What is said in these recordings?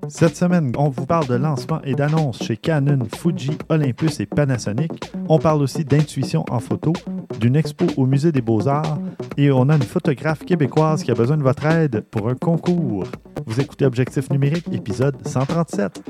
Cette semaine, on vous parle de lancement et d'annonces chez Canon, Fuji, Olympus et Panasonic. On parle aussi d'intuition en photo, d'une expo au Musée des Beaux-Arts et on a une photographe québécoise qui a besoin de votre aide pour un concours. Vous écoutez Objectif numérique, épisode 137.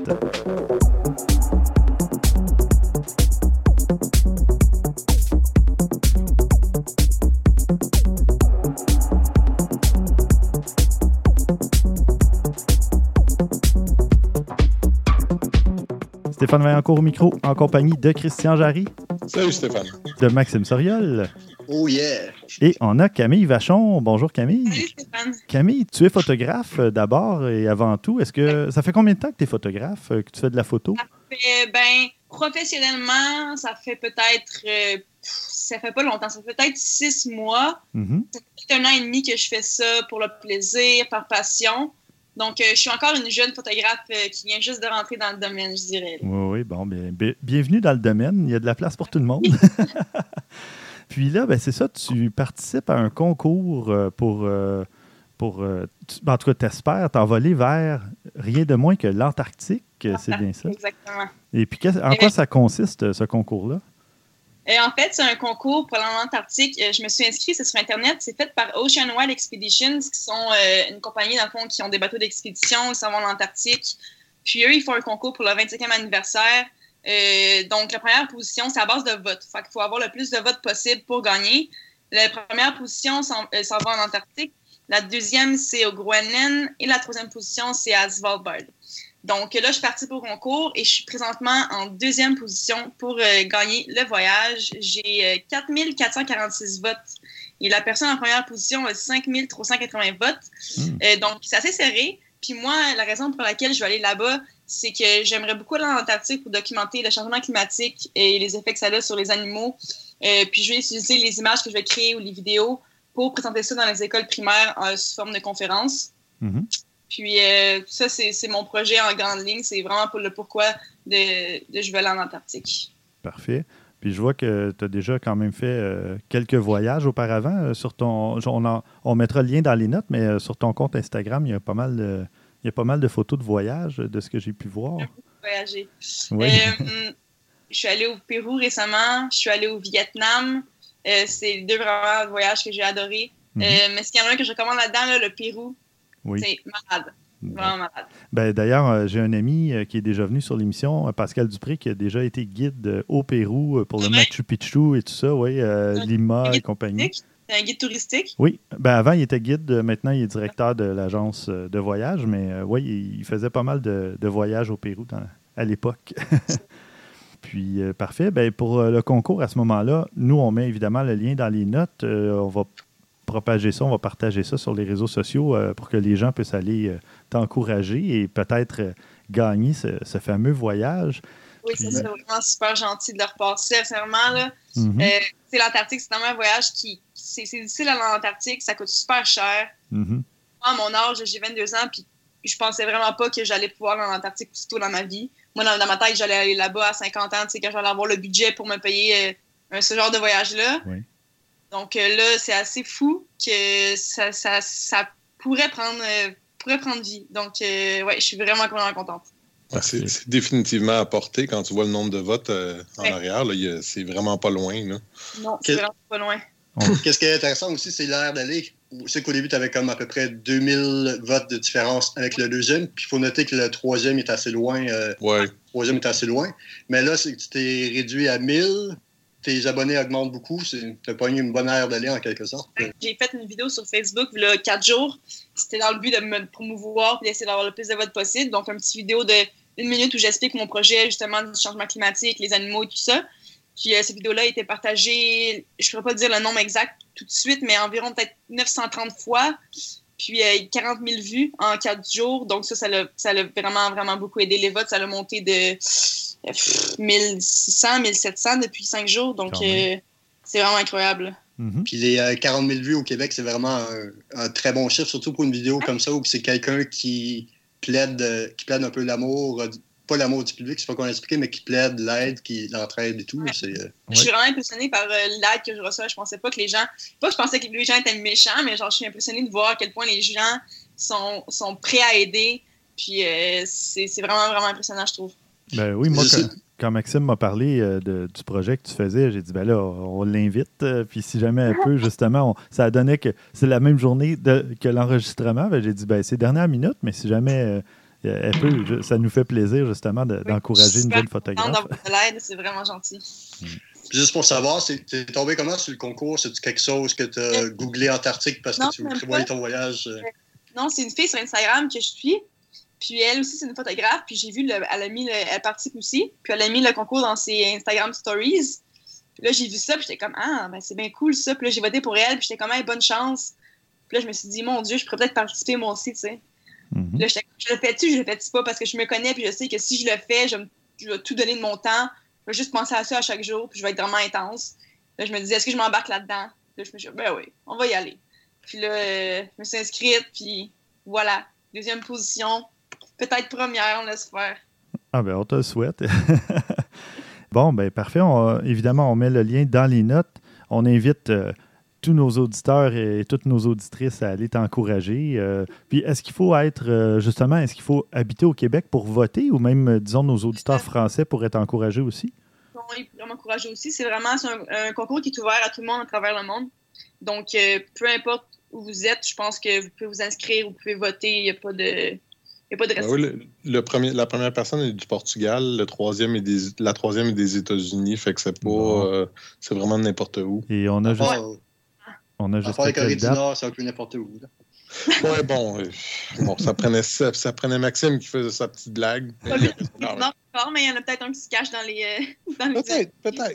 Stéphane Vaillancourt au micro, en compagnie de Christian Jarry. Salut Stéphane. De Maxime Soriol. Oh yeah! Et on a Camille Vachon. Bonjour Camille. Salut Stéphane. Camille, tu es photographe d'abord et avant tout. Est-ce que ça fait combien de temps que tu es photographe, que tu fais de la photo? Professionnellement, ça fait peut-être... ça fait pas longtemps, ça fait peut-être 6 mois. Mm-hmm. Ça fait 1 an et demi que je fais ça pour le plaisir, par passion. Donc, je suis encore une jeune photographe qui vient juste de rentrer dans le domaine, je dirais. Oui, bon, bienvenue dans le domaine. Il y a de la place pour tout le monde. Puis là, c'est ça, tu participes à un concours pour en tout cas, t'espères t'envoler vers rien de moins que l'Antarctique, c'est bien ça? Exactement. Et puis, en quoi ça consiste, ce concours-là? En fait, c'est un concours pour l'Antarctique. Je me suis inscrite, c'est sur Internet. C'est fait par Ocean Wild Expeditions, qui sont une compagnie, dans le fond, qui ont des bateaux d'expédition. Ils s'en vont en Antarctique. Puis eux, ils font un concours pour le 25e anniversaire. Donc, la première position, c'est à base de vote. Fait qu'il faut avoir le plus de votes possible pour gagner. La première position s'en va en Antarctique. La deuxième, c'est au Groenland. Et la troisième position, c'est à Svalbard. Donc là, je suis partie pour le concours et je suis présentement en deuxième position pour gagner le voyage. J'ai 4446 votes et la personne en première position a 5380 votes. Donc, c'est assez serré. Puis moi, la raison pour laquelle je vais aller là-bas, c'est que j'aimerais beaucoup aller en Antarctique pour documenter le changement climatique et les effets que ça a sur les animaux. Puis je vais utiliser les images que je vais créer ou les vidéos pour présenter ça dans les écoles primaires sous forme de conférence. Mm-hmm. Puis ça, c'est mon projet en grande ligne. C'est vraiment pour le pourquoi de je veux aller en Antarctique. Parfait. Puis je vois que tu as déjà quand même fait quelques voyages auparavant. Sur ton, on mettra le lien dans les notes, mais sur ton compte Instagram, il y a pas mal de photos de voyages, de ce que j'ai pu voir. J'ai beaucoup voyagé. Oui. Je suis allée au Pérou récemment. Je suis allée au Vietnam. C'est les 2 vraiment voyages que j'ai adorés. Mm-hmm. Mais s'il y en a un que je recommande là-dedans, le Pérou, oui. C'est malade. Vraiment malade. D'ailleurs, j'ai un ami qui est déjà venu sur l'émission, Pascal Dupré, qui a déjà été guide au Pérou pour le Machu Picchu et tout ça, oui, Lima et compagnie. C'est un guide touristique? Oui. Avant, il était guide. Maintenant, il est directeur de l'agence de voyage. Mais oui, il faisait pas mal de voyages au Pérou à l'époque. Puis, parfait. Pour le concours, à ce moment-là, nous, on met évidemment le lien dans les notes. On va propager ça, on va partager ça sur les réseaux sociaux pour que les gens puissent aller t'encourager et peut-être gagner ce fameux voyage. Oui, puis, ça serait vraiment super gentil de leur passer, sincèrement. Là. Mm-hmm. C'est l'Antarctique, c'est vraiment un voyage qui... C'est difficile à l'Antarctique, ça coûte super cher. Mm-hmm. À mon âge, j'ai 22 ans, puis je pensais vraiment pas que j'allais pouvoir aller en Antarctique plus tôt dans ma vie. Moi, dans ma tête, j'allais aller là-bas à 50 ans, quand j'allais avoir le budget pour me payer ce genre de voyage-là. Oui. Donc là, c'est assez fou que ça pourrait prendre vie. Donc, je suis vraiment contente. C'est définitivement à portée quand tu vois le nombre de votes en arrière. Là, c'est vraiment pas loin. Là. Non, c'est vraiment pas loin. Qu'est-ce qui est intéressant aussi, c'est l'air d'aller. Je sais qu'au début, tu avais comme à peu près 2000 votes de différence avec le deuxième. Puis il faut noter que le troisième est assez loin. Ouais. Le troisième est assez loin. Mais là, c'est que tu t'es réduit à 1000. Tes abonnés augmentent beaucoup. Tu as pogné une bonne aire d'aller en quelque sorte. J'ai fait une vidéo sur Facebook il y a 4 jours. C'était dans le but de me promouvoir et d'essayer d'avoir le plus de votes possible. Donc, une petite vidéo de 1 minute où j'explique mon projet justement du changement climatique, les animaux et tout ça. Puis cette vidéo-là a été partagée, je ne pourrais pas dire le nombre exact tout de suite, mais environ peut-être 930 fois. Puis 40 000 vues en 4 jours. Donc ça l'a vraiment, vraiment beaucoup aidé. Les votes, ça l'a monté de 1600, 1700 depuis 5 jours. Donc c'est vraiment incroyable. Mm-hmm. Puis les 40 000 vues au Québec, c'est vraiment un très bon chiffre, surtout pour une vidéo comme ça où c'est quelqu'un qui plaide un peu l'amour, pas l'amour du public, c'est pas qu'on a expliqué, mais qui plaide l'aide, l'entraide et tout. Ouais. Je suis vraiment impressionnée par l'aide que je reçois. Je pensais pas que les gens... Pas que je pensais que les gens étaient méchants, mais genre je suis impressionnée de voir à quel point les gens sont prêts à aider. Puis c'est vraiment, vraiment impressionnant, je trouve. Ben oui, moi, quand Maxime m'a parlé du projet que tu faisais, j'ai dit, ben là, on l'invite. Puis si jamais elle peut, justement, ça a donné que c'est la même journée que l'enregistrement. Ben, j'ai dit, ben c'est dernière minute, mais si jamais elle peut, ça nous fait plaisir, justement, d'encourager une jeune photographe. Dans votre l'aide, c'est vraiment gentil. Juste pour savoir, t'es tombé comment sur le concours? C'est-tu quelque chose que tu as googlé Antarctique parce que tu prévoyais ton voyage? Non, c'est une fille sur Instagram que je suis. Puis elle aussi, c'est une photographe. Puis j'ai vu, elle participe aussi. Puis elle a mis le concours dans ses Instagram Stories. Puis là, j'ai vu ça. Puis j'étais comme, c'est bien cool ça. Puis là, j'ai voté pour elle. Puis j'étais comme, bonne chance. Puis là, je me suis dit, mon Dieu, je pourrais peut-être participer moi aussi, tu sais. Puis là, je le fais-tu, je le fais-tu pas? Parce que je me connais. Puis je sais que si je le fais, je vais tout donner de mon temps. Je vais juste penser à ça à chaque jour. Puis je vais être vraiment intense. Là, je me disais, est-ce que je m'embarque là-dedans? Là, je me suis dit, ben oui, on va y aller. Puis là, je me suis inscrite. Puis voilà, 2e position. Peut-être première, on laisse faire. Ah ben, on te le souhaite. Bon, ben parfait. Évidemment, on met le lien dans les notes. On invite tous nos auditeurs et toutes nos auditrices à aller t'encourager. Puis, est-ce qu'il faut est-ce qu'il faut habiter au Québec pour voter ou même, disons, nos auditeurs français pourraient t'encourager aussi? Non, ils pourraient m'encourager aussi. C'est un concours qui est ouvert à tout le monde à travers le monde. Donc, peu importe où vous êtes, je pense que vous pouvez vous inscrire, vous pouvez voter. Il n'y a pas de... Il n'y a pas de restriction. Oui, la première personne est du Portugal, la troisième est des États-Unis, fait que c'est pas c'est vraiment n'importe où. Et on a juste les Corée du Nord, c'est un peu n'importe où. Ouais, bon, ça prenait Maxime qui faisait sa petite blague. Non, mais il y en a peut-être un qui se cache dans les Peut-être.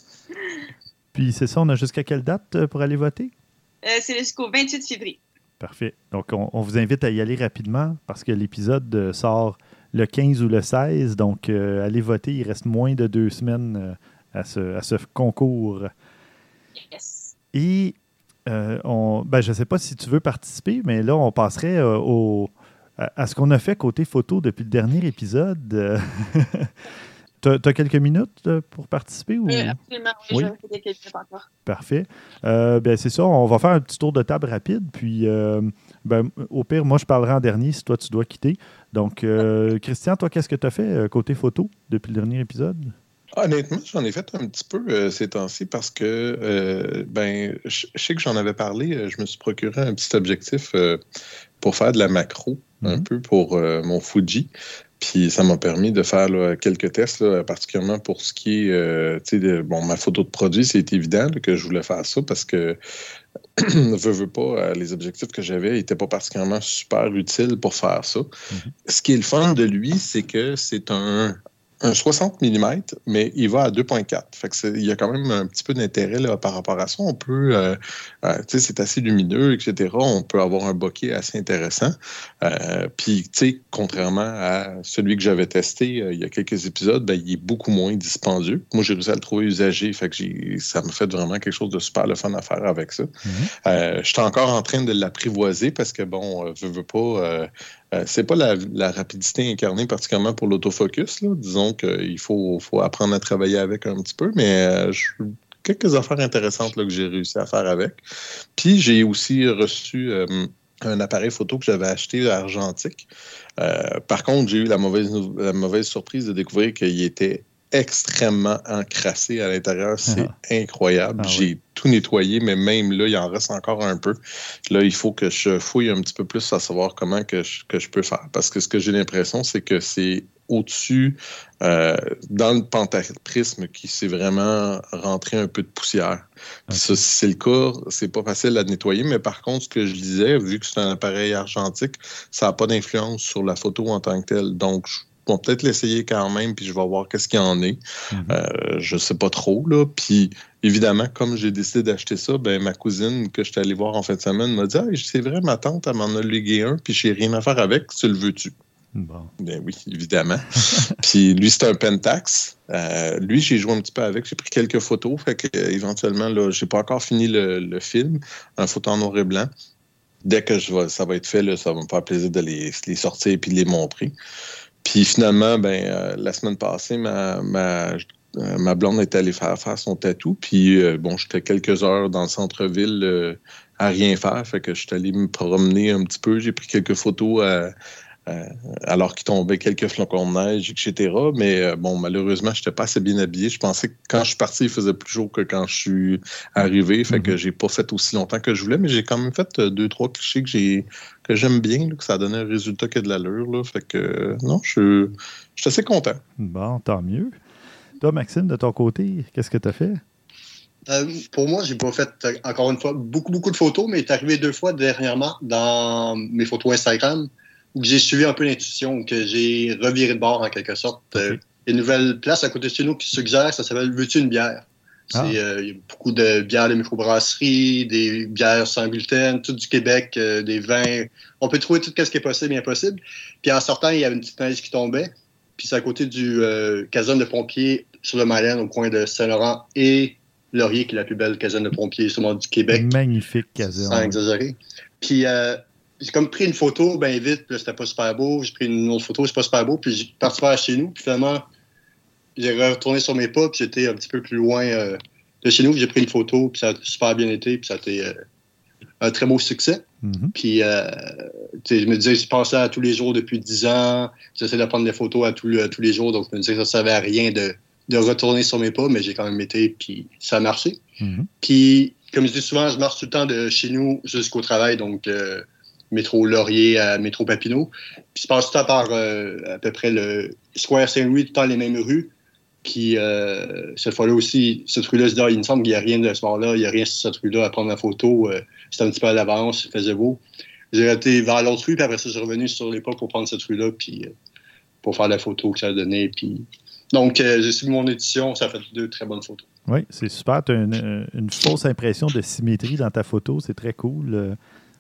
Puis c'est ça, on a jusqu'à quelle date pour aller voter? C'est jusqu'au 28 février. Parfait. Donc, on vous invite à y aller rapidement parce que l'épisode sort le 15 ou le 16. Donc, allez voter. Il reste moins de 2 semaines à ce concours. Yes. Et je ne sais pas si tu veux participer, mais là, on passerait à ce qu'on a fait côté photo depuis le dernier épisode. Tu as quelques minutes pour participer? Ou... Absolument, oui. Je vais faire quelques minutes encore. Parfait. C'est ça, on va faire un petit tour de table rapide, puis au pire, moi, je parlerai en dernier si toi, tu dois quitter. Donc, Christian, toi, qu'est-ce que tu as fait côté photo depuis le dernier épisode? Honnêtement, j'en ai fait un petit peu ces temps-ci parce que je sais que j'en avais parlé, je me suis procuré un petit objectif pour faire de la macro, un peu pour mon Fuji. Puis ça m'a permis de faire quelques tests, particulièrement pour ce qui est ma photo de produit, c'est évident que je voulais faire ça parce que veux pas, les objectifs que j'avais n'étaient pas particulièrement super utiles pour faire ça. Ce qui est le fun de lui, c'est que c'est un 60 mm, mais il va à 2.4. Fait que il y a quand même un petit peu d'intérêt là, par rapport à ça. On peut, c'est assez lumineux, etc. On peut avoir un bokeh assez intéressant. Puis, contrairement à celui que j'avais testé il y a quelques épisodes, il est beaucoup moins dispendieux. Moi, j'ai réussi à le trouver usagé. Fait que ça m'a fait vraiment quelque chose de super le fun à faire avec ça. Je suis encore en train de l'apprivoiser parce que, veux pas... c'est pas la rapidité incarnée particulièrement pour l'autofocus. Là. Disons qu'il faut apprendre à travailler avec un petit peu, mais quelques affaires intéressantes là, que j'ai réussi à faire avec. Puis j'ai aussi reçu un appareil photo que j'avais acheté à Argentique. Par contre, j'ai eu la mauvaise surprise de découvrir qu'il était extrêmement encrassé à l'intérieur. C'est incroyable. J'ai tout nettoyé, mais même là, il en reste encore un peu. Là, il faut que je fouille un petit peu plus à savoir comment que je peux faire. Parce que ce que j'ai l'impression, c'est que c'est au-dessus, dans le pentaprisme, qui s'est vraiment rentré un peu de poussière. Ça, si c'est le cas, c'est pas facile à nettoyer, mais par contre, ce que je disais, vu que c'est un appareil argentique, ça n'a pas d'influence sur la photo en tant que telle. Donc, je vais peut-être l'essayer quand même, puis je vais voir qu'est-ce qu'il y en est. Je sais pas trop, là. Puis, évidemment, comme j'ai décidé d'acheter ça, ma cousine, que je suis allé voir en fin de semaine, m'a dit « Hey, c'est vrai, ma tante, elle m'en a légué un, puis j'ai rien à faire avec, tu le veux-tu? » Bon. Ben oui, évidemment. Puis lui, c'est un Pentax. Lui, j'ai joué un petit peu avec. J'ai pris quelques photos. Fait que éventuellement, là, j'ai pas encore fini le film. Un photo en noir et blanc. Dès que ça va être fait, là, ça va me faire plaisir de les sortir et de les montrer. Puis finalement, la semaine passée, ma blonde est allée faire son tatou. Puis j'étais quelques heures dans le centre-ville à rien faire. Fait que je suis allé me promener un petit peu. J'ai pris quelques photos alors qu'il tombait quelques flocons de neige, etc. Mais bon, malheureusement, je n'étais pas assez bien habillé. Je pensais que quand je suis parti, il faisait plus chaud que quand je suis arrivé. Fait que j'ai pas fait aussi longtemps que je voulais, mais j'ai quand même fait 2-3 clichés que j'aime bien, là, que ça a donné un résultat qui a de l'allure. Là. Fait que non, je suis assez content. Bon, tant mieux. Toi, Maxime, de ton côté, qu'est-ce que tu as fait? Pour moi, j'ai pas fait, encore une fois, beaucoup de photos, mais il est arrivé 2 fois dernièrement dans mes photos Instagram où j'ai suivi un peu l'intuition, que j'ai reviré de bord en quelque sorte. Il y a une nouvelle place à côté de chez nous qui suggère, ça s'appelle Veux-tu une bière? Il y a beaucoup de bières de microbrasserie, des bières sans gluten, tout du Québec, des vins. On peut trouver tout ce qui est possible et impossible. Puis en sortant, il y avait une petite neige qui tombait. Puis c'est à côté du caserne de pompiers sur le Malène, au coin de Saint-Laurent et Laurier, qui est la plus belle caserne de pompiers sûrement du Québec. Magnifique caserne. Sans exagérer. Puis j'ai comme pris une photo bien vite, puis c'était pas super beau. J'ai pris une autre photo, c'est pas super beau. Puis j'ai parti faire chez nous. Puis finalement, j'ai retourné sur mes pas, puis j'étais un petit peu plus loin de chez nous. Puis j'ai pris une photo, puis ça a super bien été. Puis ça a été un très beau succès. Mm-hmm. Puis je me disais, je passais à tous les jours depuis 10 ans. J'essaie de prendre des photos à tous les jours. Donc je me disais que ça ne servait à rien de retourner sur mes pas, mais j'ai quand même été, puis ça a marché. Mm-hmm. Puis, comme je dis souvent, je marche tout le temps de chez nous jusqu'au travail, donc métro Laurier à métro Papineau. Puis je passe tout le temps par à peu près le Square Saint-Louis, tout le temps les mêmes rues. Puis cette fois-là aussi, cette rue-là, il me semble qu'il n'y a rien de ce bord-là, il n'y a rien sur cette rue-là à prendre la photo. C'était un petit peu à l'avance, il faisait beau. J'ai été vers l'autre rue, puis après ça, je suis revenu sur les pas pour prendre cette rue-là, puis pour faire la photo que ça a donné. Puis... Donc, j'ai suivi mon édition, ça a fait 2 très bonnes photos. Oui, c'est super. Tu as une fausse impression de symétrie dans ta photo, c'est très cool.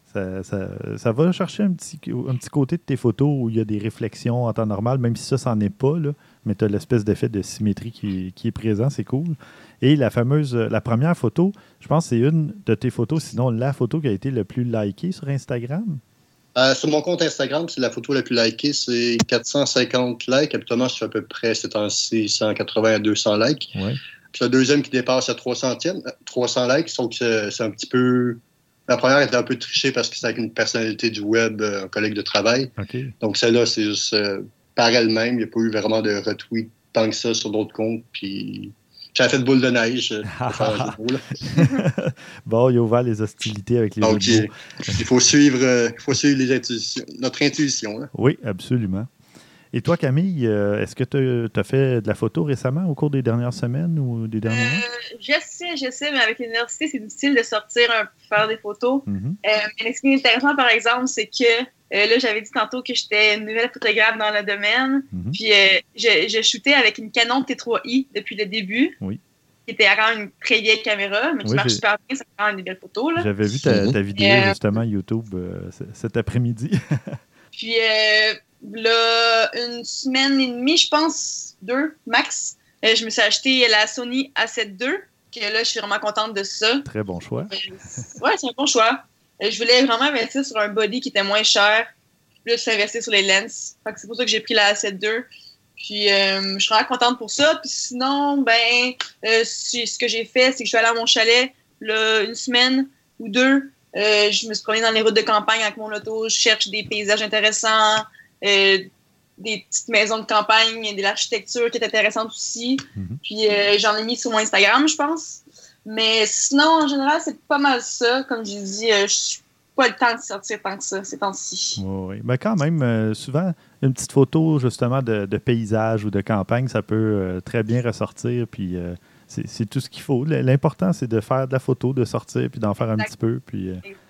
Ça va chercher un petit côté de tes photos où il y a des réflexions en temps normal, même si ça n'en est pas, là, mais tu as l'espèce d'effet de symétrie qui est présent, c'est cool. Et la première photo, je pense que c'est une de tes photos, sinon la photo qui a été le plus likée sur Instagram. Sur mon compte Instagram, c'est la photo la plus likée, c'est 450 likes. Habituellement, je fais à peu près ces temps-ci 180 à 200 likes. Ouais. Puis la deuxième qui dépasse à 300 likes, donc c'est un petit peu... La première était un peu trichée parce que c'est avec une personnalité du web, un collègue de travail. Okay. Donc celle-là, c'est juste par elle-même. Il n'y a pas eu vraiment de retweet tant que ça sur d'autres comptes. Puis j'avais fait boule de neige. Bon, il a ouvert les hostilités avec les donc, jeux de mots. Il faut suivre notre intuition. Là. Oui, absolument. Et toi, Camille, est-ce que tu as fait de la photo récemment au cours des dernières semaines ou des derniers mois? Je sais, mais avec l'université, c'est difficile de sortir faire des photos. Mm-hmm. Mais ce qui est intéressant, par exemple, c'est que là, j'avais dit tantôt que j'étais une nouvelle photographe dans le domaine. Mm-hmm. Puis je shootais avec une Canon T3i depuis le début. Oui. Qui était quand même une très vieille caméra, mais qui marche super bien, ça prend des belles photos. Là. J'avais vu ta vidéo, justement, YouTube cet après-midi. Puis là, 1 semaine et demie, je pense, 2 max, je me suis acheté la Sony A7 II, que là, je suis vraiment contente de ça. Très bon choix. Ouais, c'est un bon choix. Je voulais vraiment investir sur un body qui était moins cher, plus investir sur les lenses. Fait que c'est pour ça que j'ai pris la A7 II. Puis, je suis vraiment contente pour ça. Puis sinon, ce que j'ai fait, c'est que je suis allée à mon chalet, là, 1 semaine ou 2. Je me suis promenée dans les routes de campagne avec mon auto. Je cherche des paysages intéressants, des petites maisons de campagne, de l'architecture qui est intéressante aussi. Mm-hmm. Puis, j'en ai mis sur mon Instagram, je pense. Mais sinon, en général, c'est pas mal ça. Comme j'ai dit, je suis pas le temps de sortir tant que ça, ces temps-ci. Oui, mais quand même, souvent, une petite photo, justement, de paysage ou de campagne, ça peut très bien ressortir, puis c'est tout ce qu'il faut. L'important, c'est de faire de la photo, de sortir, puis d'en faire un petit peu, puis...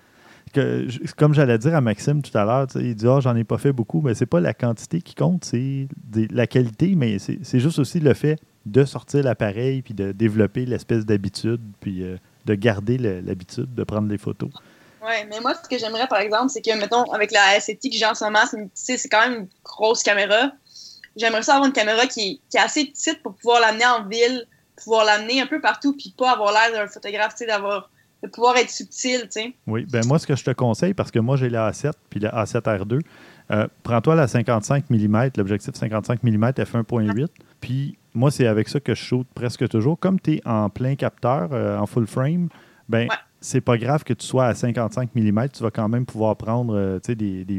comme j'allais dire à Maxime tout à l'heure, il dit « Ah, j'en ai pas fait beaucoup », mais c'est pas la quantité qui compte, c'est la qualité, mais c'est juste aussi le fait de sortir l'appareil, puis de développer l'espèce d'habitude, puis de garder l'habitude de prendre des photos. Oui, mais moi, ce que j'aimerais, par exemple, c'est que, mettons, avec la S7i que j'ai en ce moment, c'est quand même une grosse caméra. J'aimerais ça avoir une caméra qui est assez petite pour pouvoir l'amener en ville, pouvoir l'amener un peu partout, puis pas avoir l'air d'un photographe, de pouvoir être subtil, tu sais. Oui, ben moi, ce que je te conseille, parce que moi, j'ai la A7 puis la A7R2, prends-toi la 55 mm, l'objectif 55 mm f1.8, puis moi, c'est avec ça que je shoot presque toujours. Comme tu es en plein capteur, en full frame, ben c'est pas grave que tu sois à 55 mm, tu vas quand même pouvoir prendre des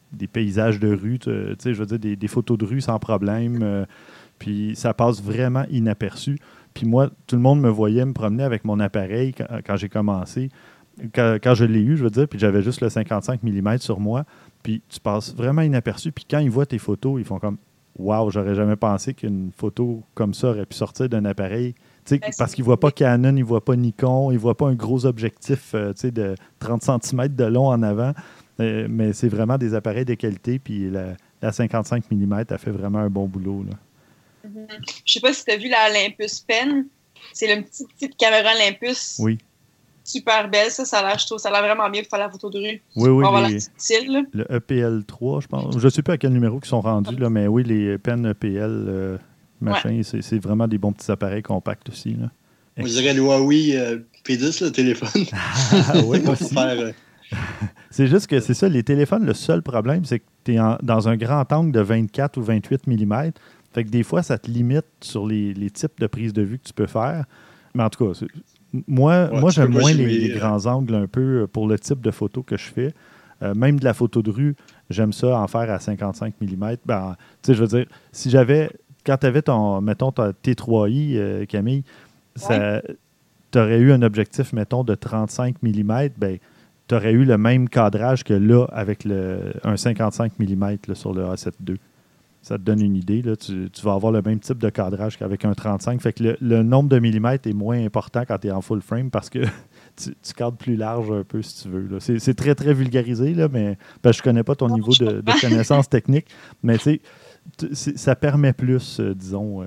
des paysages de rue, tu sais, je veux dire, des photos de rue sans problème. Puis ça passe vraiment inaperçu. Puis moi, tout le monde me voyait me promener avec mon appareil quand j'ai commencé. Quand je l'ai eu, je veux dire, puis j'avais juste le 55 mm sur moi. Puis tu passes vraiment inaperçu. Puis quand ils voient tes photos, ils font comme « Wow, j'aurais jamais pensé qu'une photo comme ça aurait pu sortir d'un appareil. » Parce qu'ils ne voient pas Canon, ils ne voient pas Nikon, ils ne voient pas un gros objectif de 30 cm de long en avant. Mais c'est vraiment des appareils de qualité. Puis la 55 mm a fait vraiment un bon boulot, là. Je ne sais pas si tu as vu la Olympus Pen. C'est la petite caméra Olympus. Oui. Super belle. Ça a l'air vraiment bien pour faire la photo de rue. Oui, oui. Le EPL3, je pense. Je ne sais pas à quel numéro ils sont rendus, là, mais oui, les Pen EPL, machin, c'est vraiment des bons petits appareils compacts aussi, là. On dirait le Huawei P10, le téléphone. Oui, aussi. C'est juste que c'est ça, les téléphones, le seul problème, c'est que tu es dans un grand angle de 24 ou 28 mm. Fait que des fois, ça te limite sur les types de prise de vue que tu peux faire. Mais en tout cas, moi j'aime moins les grands angles un peu pour le type de photo que je fais. Même de la photo de rue, j'aime ça en faire à 55 mm. Ben, tu sais, je veux dire, si j'avais... Quand tu avais mettons, ta T3i, Camille, tu aurais eu un objectif, mettons, de 35 mm, ben, tu aurais eu le même cadrage que là avec un 55 mm là, sur le A7 II. Ça te donne une idée. Là. Tu vas avoir le même type de cadrage qu'avec un 35. Fait que le nombre de millimètres est moins important quand tu es en full frame parce que tu cadres plus large un peu si tu veux. Là. C'est très, très vulgarisé, là, mais je ne connais pas ton niveau de connaissance technique. Mais ça permet plus, disons.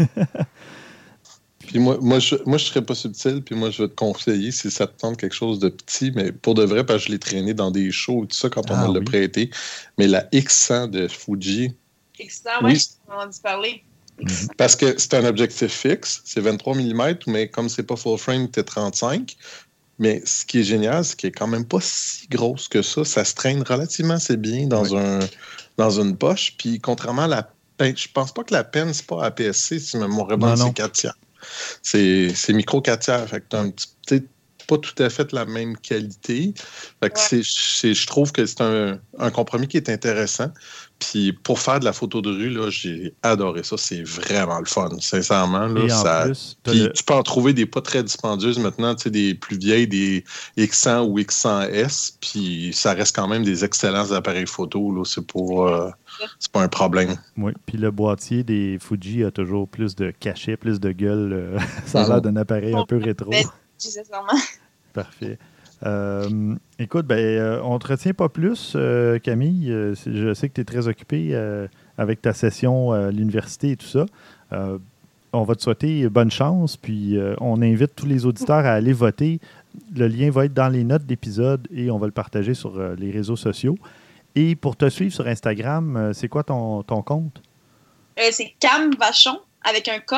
Puis moi, je serais pas subtil, puis moi, je vais te conseiller si ça te tente quelque chose de petit, mais pour de vrai, parce que je l'ai traîné dans des shows et tout ça quand on me l'a prêté. Mais la X100 de Fuji. X100, oui, on en a dû parler. Parce que c'est un objectif fixe, c'est 23 mm, mais comme c'est pas full frame, t'es 35. Mais ce qui est génial, c'est qu'il est quand même pas si grosse que ça. Ça se traîne relativement assez bien dans une poche. Puis contrairement à la peine, je pense pas que la peine, c'est pas APS-C, si ma mémoire est bonne, c'est 4 tiers. C'est micro 4 tiers. Fait que t'as un petit pas tout à fait la même qualité. Fait que je trouve que c'est un compromis qui est intéressant. Puis pour faire de la photo de rue, là, j'ai adoré ça. C'est vraiment le fun, sincèrement. Là, puis tu peux en trouver des pas très dispendieuses maintenant, tu sais, des plus vieilles, des X100 ou X100S. Puis ça reste quand même des excellents appareils photo. Là. C'est pas un problème. Oui, puis le boîtier des Fuji a toujours plus de cachet, plus de gueule. Ça a l'air d'un appareil un peu rétro. Parfait. Écoute, on ne te retient pas plus, Camille. Je sais que tu es très occupé avec ta session à l'université et tout ça. On va te souhaiter bonne chance, puis on invite tous les auditeurs à aller voter. Le lien va être dans les notes d'épisode et on va le partager sur les réseaux sociaux. Et pour te suivre sur Instagram, c'est quoi ton compte? C'est Cam Vachon avec un K,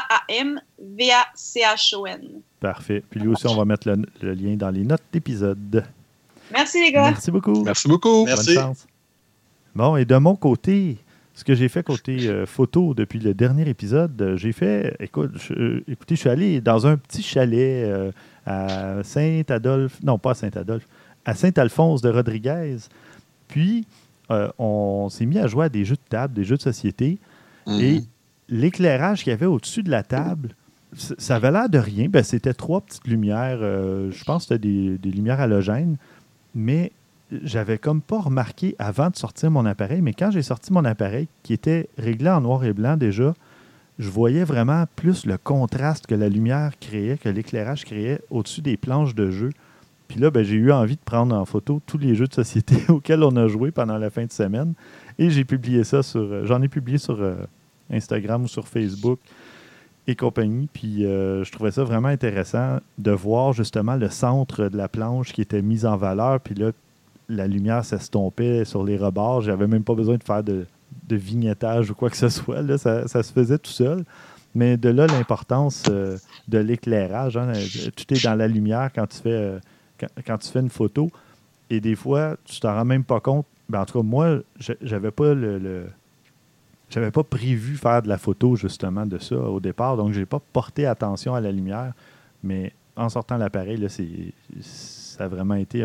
K-A-M-V-A-C-H-O-N. Parfait. Puis lui aussi, on va mettre le lien dans les notes d'épisode. Merci les gars. Merci beaucoup. Merci beaucoup. Merci. Bonne chance. Bon, et de mon côté, ce que j'ai fait côté photo depuis le dernier épisode, j'ai fait, écoutez, je suis allé dans un petit chalet à Saint-Adolphe, non pas à Saint-Adolphe, à Saint-Alphonse de Rodriguez. Puis, on s'est mis à jouer à des jeux de table, des jeux de société. Et l'éclairage qu'il y avait au-dessus de la table, ça avait l'air de rien. Ben, c'était 3 petites lumières. Je pense que c'était des lumières halogènes. Mais j'avais comme pas remarqué avant de sortir mon appareil. Mais quand j'ai sorti mon appareil, qui était réglé en noir et blanc déjà, je voyais vraiment plus le contraste que la lumière créait, que l'éclairage créait au-dessus des planches de jeu. Puis là, j'ai eu envie de prendre en photo tous les jeux de société auxquels on a joué pendant la fin de semaine. Et j'ai publié ça j'en ai publié sur Instagram ou sur Facebook et compagnie. Puis je trouvais ça vraiment intéressant de voir justement le centre de la planche qui était mis en valeur. Puis là, la lumière s'estompait sur les rebords. J'avais même pas besoin de faire de vignettage ou quoi que ce soit. Là, ça se faisait tout seul. Mais de là, l'importance de l'éclairage. Hein, tout est dans la lumière quand tu fais une photo. Et des fois, tu t'en rends même pas compte. En tout cas, moi, j'avais pas j'avais pas prévu faire de la photo, justement, de ça au départ. Donc, j'ai pas porté attention à la lumière. Mais en sortant l'appareil, là, ça a vraiment été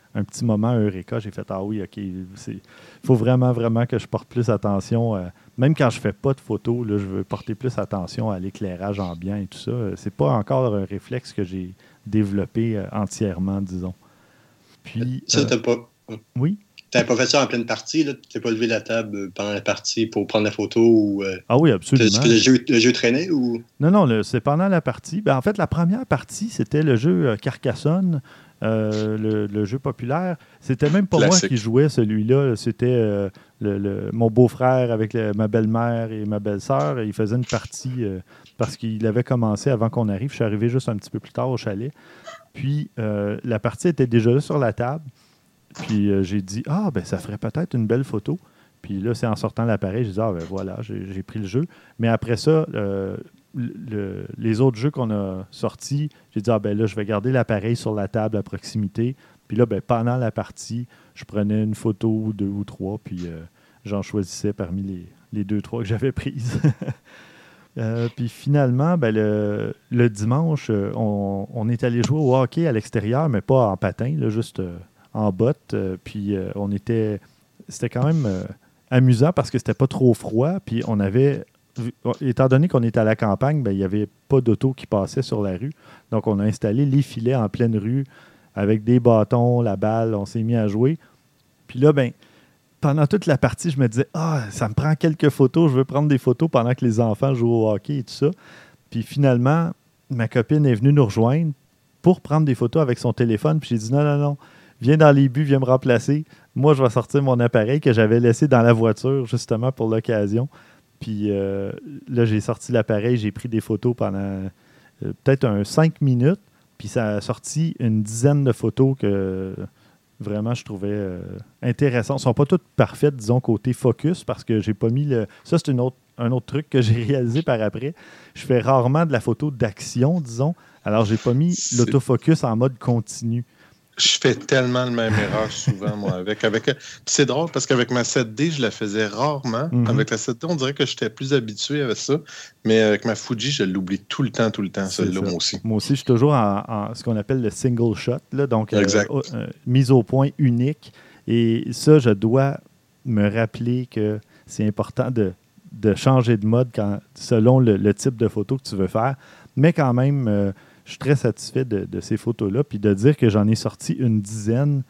un petit moment Eureka. J'ai fait « Ah oui, OK, il faut vraiment, vraiment que je porte plus attention. Même quand je fais pas de photos, là, je veux porter plus attention à l'éclairage ambiant et tout ça. C'est pas encore un réflexe que j'ai développé entièrement, disons. » Puis, ça, t'as pas... Oui? T'avais pas fait ça en pleine partie, là? Tu t'es pas levé la table pendant la partie pour prendre la photo ou... Ah oui, absolument. Le jeu traînait ou... Non, c'est pendant la partie. En fait, la première partie, c'était le jeu Carcassonne, le jeu populaire. C'était même pas Classique. moi qui jouais celui-là. C'était mon beau-frère avec ma belle-mère et ma belle-sœur. Il faisait une partie parce qu'il avait commencé avant qu'on arrive. Je suis arrivé juste un petit peu plus tard au chalet. Puis, la partie était déjà là sur la table. Puis j'ai dit, ça ferait peut-être une belle photo. Puis là, c'est en sortant l'appareil, j'ai dit, voilà, j'ai pris le jeu. Mais après ça, les autres jeux qu'on a sortis, j'ai dit, là, je vais garder l'appareil sur la table à proximité. Puis là, pendant la partie, je prenais une photo ou 2 ou 3, puis j'en choisissais parmi les 2-3 que j'avais prises. Puis finalement, le dimanche, on est allé jouer au hockey à l'extérieur, mais pas en patin, là, juste... en botte, puis c'était quand même amusant parce que c'était pas trop froid, puis on avait, étant donné qu'on était à la campagne, il n'y avait pas d'auto qui passait sur la rue, donc on a installé les filets en pleine rue avec des bâtons, la balle, on s'est mis à jouer, puis là, pendant toute la partie, je me disais, ça me prend quelques photos, je veux prendre des photos pendant que les enfants jouent au hockey et tout ça, puis finalement, ma copine est venue nous rejoindre pour prendre des photos avec son téléphone, puis j'ai dit, non, viens dans les buts, viens me remplacer. Moi, je vais sortir mon appareil que j'avais laissé dans la voiture, justement, pour l'occasion. Puis là, j'ai sorti l'appareil, j'ai pris des photos pendant peut-être 5 minutes. Puis ça a sorti une dizaine de photos que vraiment, je trouvais intéressantes. Elles ne sont pas toutes parfaites, disons, côté focus, parce que j'ai pas mis le... Ça, c'est un autre truc que j'ai réalisé par après. Je fais rarement de la photo d'action, disons. Alors, j'ai pas mis l'autofocus en mode continu. Je fais tellement le même erreur souvent, moi. Avec... Puis c'est drôle parce qu'avec ma 7D, je la faisais rarement. Mm-hmm. Avec la 7D, on dirait que j'étais plus habitué à ça. Mais avec ma Fuji, je l'oublie tout le temps, celle-là, moi aussi. Moi aussi, je suis toujours en ce qu'on appelle le single shot, là, donc mise au point unique. Et ça, je dois me rappeler que c'est important de changer de mode selon le type de photo que tu veux faire. Mais quand même... je suis très satisfait de ces photos-là. Puis de dire que j'en ai sorti une dizaine,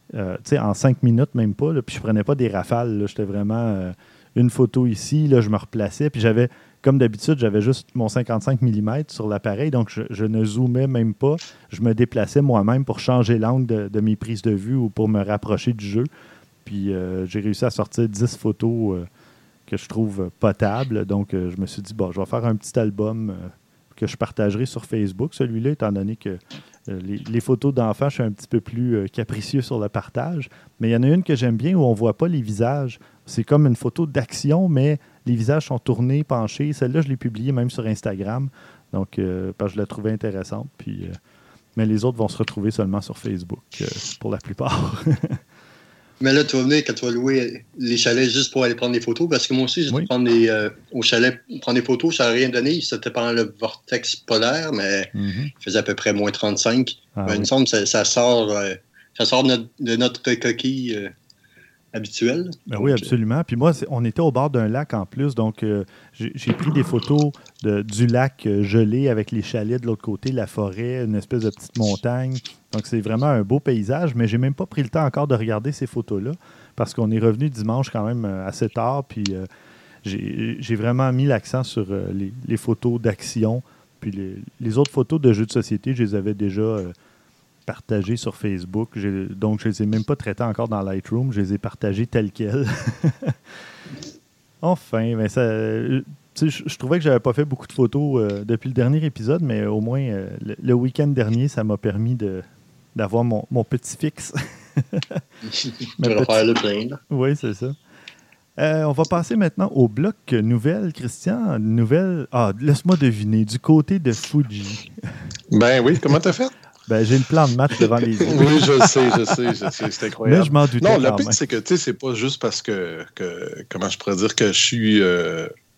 en 5 minutes, même pas. Là, puis je prenais pas des rafales. Là, j'étais vraiment une photo ici. Là, je me replaçais. Puis j'avais, comme d'habitude, j'avais juste mon 55 mm sur l'appareil. Donc je ne zoomais même pas. Je me déplaçais moi-même pour changer l'angle de mes prises de vue ou pour me rapprocher du jeu. Puis j'ai réussi à sortir 10 photos que je trouve potables. Donc je me suis dit, je vais faire un petit album... que je partagerai sur Facebook, celui-là, étant donné que les photos d'enfants, je suis un petit peu plus capricieux sur le partage. Mais il y en a une que j'aime bien où on ne voit pas les visages. C'est comme une photo d'action, mais les visages sont tournés, penchés. Celle-là, je l'ai publiée même sur Instagram, donc parce que je la trouvais intéressante. Puis, mais les autres vont se retrouver seulement sur Facebook, pour la plupart. Mais là, tu vas venir quand tu vas louer les chalets juste pour aller prendre des photos, parce que moi aussi, j'ai prendre au chalet, prendre des photos, ça n'a rien donné. C'était pendant le vortex polaire, mais il faisait à peu près moins 35. Il me semble que ça sort de notre coquille habituelle. Ben oui, absolument. Puis moi, on était au bord d'un lac en plus, donc j'ai pris des photos du lac gelé avec les chalets de l'autre côté, la forêt, une espèce de petite montagne. Donc, c'est vraiment un beau paysage, mais j'ai même pas pris le temps encore de regarder ces photos-là parce qu'on est revenu dimanche quand même assez tard, puis j'ai vraiment mis l'accent sur les photos d'action. Puis les autres photos de jeux de société, je les avais déjà partagées sur Facebook. Donc, je les ai même pas traitées encore dans Lightroom. Je les ai partagées telles quelles. Enfin, mais ça... Je trouvais que j'avais pas fait beaucoup de photos depuis le dernier épisode, mais au moins, le week-end dernier, ça m'a permis d'avoir mon petit fixe. Tu vas faire le plein. Oui, c'est ça. On va passer maintenant au bloc nouvelles, Christian. Nouvelles. Laisse-moi deviner, du côté de Fuji. Ben oui, comment t'as fait? J'ai le plan de match devant les yeux. Oui, je sais, c'est incroyable. Mais je m'en doutais. Non, le pire, c'est que, tu sais, c'est pas juste parce que comment je pourrais dire que je suis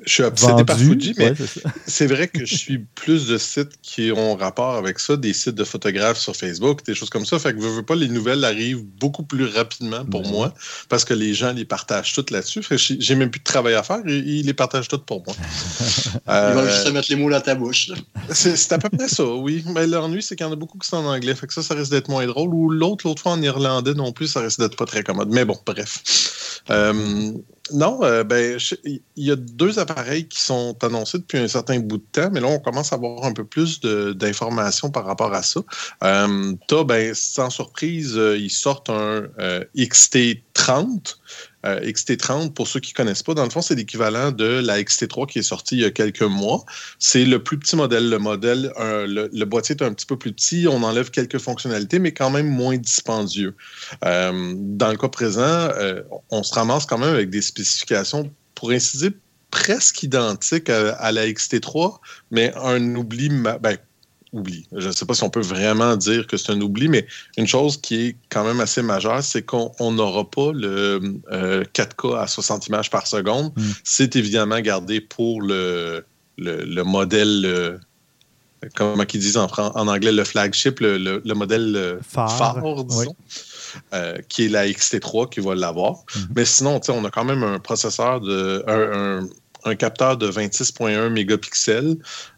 Je suis obsédé par Fuji, mais ouais, c'est vrai que je suis plus de sites qui ont rapport avec ça, des sites de photographes sur Facebook, des choses comme ça. Fait que veux pas, les nouvelles arrivent beaucoup plus rapidement pour moi parce que les gens les partagent toutes là-dessus. Fait que j'ai même plus de travail à faire, ils les partagent toutes pour moi. Ils vont juste mettre les mots dans ta bouche. C'est à peu près ça, oui. Mais l'ennui, c'est qu'il y en a beaucoup qui sont en anglais. Fait que ça risque d'être moins drôle. Ou l'autre fois en irlandais non plus, ça risque d'être pas très commode. Mais bon, bref. Non, il y a 2 appareils qui sont annoncés depuis un certain bout de temps, mais là, on commence à avoir un peu plus d'informations par rapport à ça. Sans surprise, ils sortent un XT30. XT30, pour ceux qui ne connaissent pas, dans le fond, c'est l'équivalent de la XT3 qui est sortie il y a quelques mois. C'est le plus petit modèle. Le boîtier est un petit peu plus petit. On enlève quelques fonctionnalités, mais quand même moins dispendieux. Dans le cas présent, on se ramasse quand même avec des spécifications, pour ainsi dire, presque identiques à la XT3, mais un oubli... Je ne sais pas si on peut vraiment dire que c'est un oubli, mais une chose qui est quand même assez majeure, c'est qu'on n'aura pas le 4K à 60 images par seconde. C'est évidemment gardé pour le modèle, comment ils disent en anglais, le flagship, le modèle phare disons. Qui est la XT3 qui va l'avoir. Mais sinon, on a quand même un processeur un capteur de 26,1 mégapixels.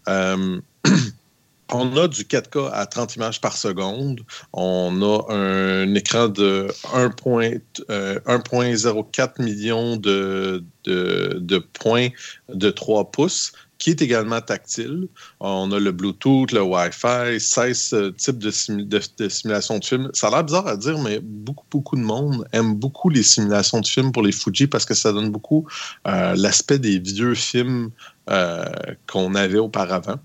On a du 4K à 30 images par seconde. On a un écran de 1,04 million de points de 3 pouces, qui est également tactile. On a le Bluetooth, le Wi-Fi, 16 types de simulation de film. Ça a l'air bizarre à dire, mais beaucoup de monde aime beaucoup les simulations de films pour les Fuji parce que ça donne beaucoup l'aspect des vieux films qu'on avait auparavant.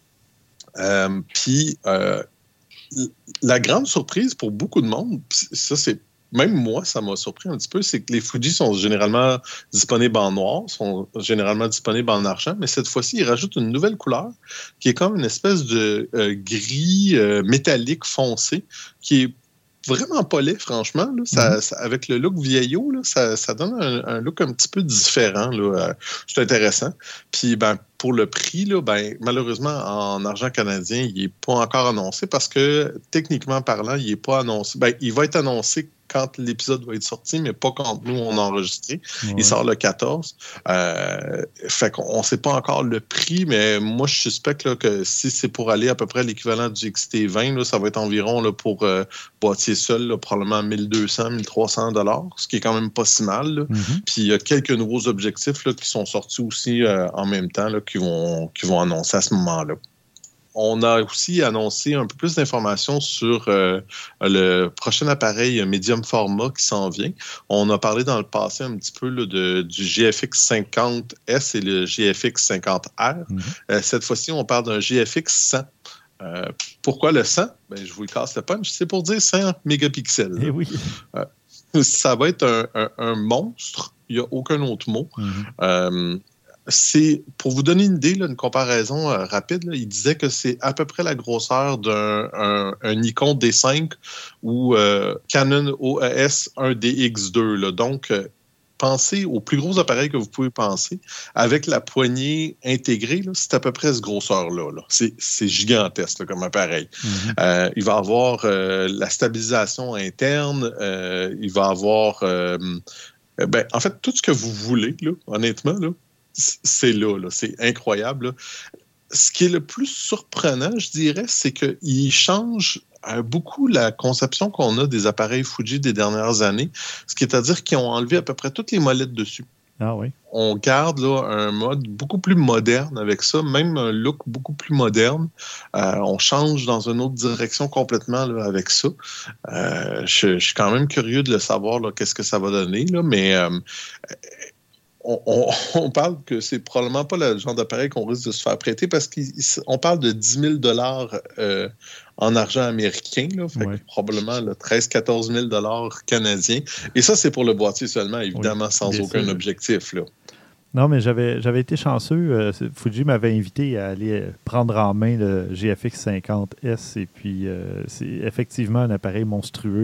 La grande surprise pour beaucoup de monde, ça c'est même moi, ça m'a surpris un petit peu, c'est que les Fuji sont généralement disponibles en noir, sont généralement disponibles en argent, mais cette fois-ci, ils rajoutent une nouvelle couleur qui est comme une espèce de gris métallique foncé qui est vraiment pas laid, franchement. Là. Avec le look vieillot, là, ça donne un look un petit peu différent. Là. C'est intéressant. Puis, pour le prix, là, malheureusement, en argent canadien, il n'est pas encore annoncé parce que, techniquement parlant, il n'est pas annoncé. Il va être annoncé quand l'épisode va être sorti, mais pas quand nous, on a enregistré. Ouais. Il sort le 14. Fait qu'on ne sait pas encore le prix, mais moi, je suspecte là, que si c'est pour aller à peu près l'équivalent du XT20, là, ça va être environ là, pour boîtier seul, là, probablement 1200, 1300 $, ce qui est quand même pas si mal. Puis il y a quelques nouveaux objectifs là, qui sont sortis aussi en même temps, là, qui vont annoncer à ce moment-là. On a aussi annoncé un peu plus d'informations sur le prochain appareil médium format qui s'en vient. On a parlé dans le passé un petit peu là, du GFX 50S et le GFX 50R. Cette fois-ci, on parle d'un GFX 100. Pourquoi le 100? Je vous le casse le punch. C'est pour dire 100 mégapixels. Eh oui. Ça va être un monstre. Il n'y a aucun autre mot. C'est, pour vous donner une idée, là, une comparaison rapide, là, il disait que c'est à peu près la grosseur d'un Nikon D5 ou Canon OES 1DX2. Là. Donc, pensez au plus gros appareil que vous pouvez penser. Avec la poignée intégrée, là, c'est à peu près ce grosseur-là. Là. C'est gigantesque là, comme appareil. Il va avoir la stabilisation interne. Il va avoir... en fait, tout ce que vous voulez, là, honnêtement, là, c'est là, c'est incroyable. Là. Ce qui est le plus surprenant, je dirais, c'est qu'il change beaucoup la conception qu'on a des appareils Fuji des dernières années, ce qui est à dire qu'ils ont enlevé à peu près toutes les molettes dessus. Ah oui. On garde là, un mode beaucoup plus moderne avec ça, même un look beaucoup plus moderne. On change dans une autre direction complètement là, avec ça. Je suis quand même curieux de le savoir, là, qu'est-ce que ça va donner, là, mais... On parle que c'est probablement pas le genre d'appareil qu'on risque de se faire prêter parce qu'on parle de 10 000 $ en argent américain, là, fait que probablement 13-14 000 $ canadiens. Et ça, c'est pour le boîtier seulement, évidemment, sans aucun objectif. Là. Non, mais j'avais été chanceux. Fuji m'avait invité à aller prendre en main le GFX 50S et puis c'est effectivement un appareil monstrueux.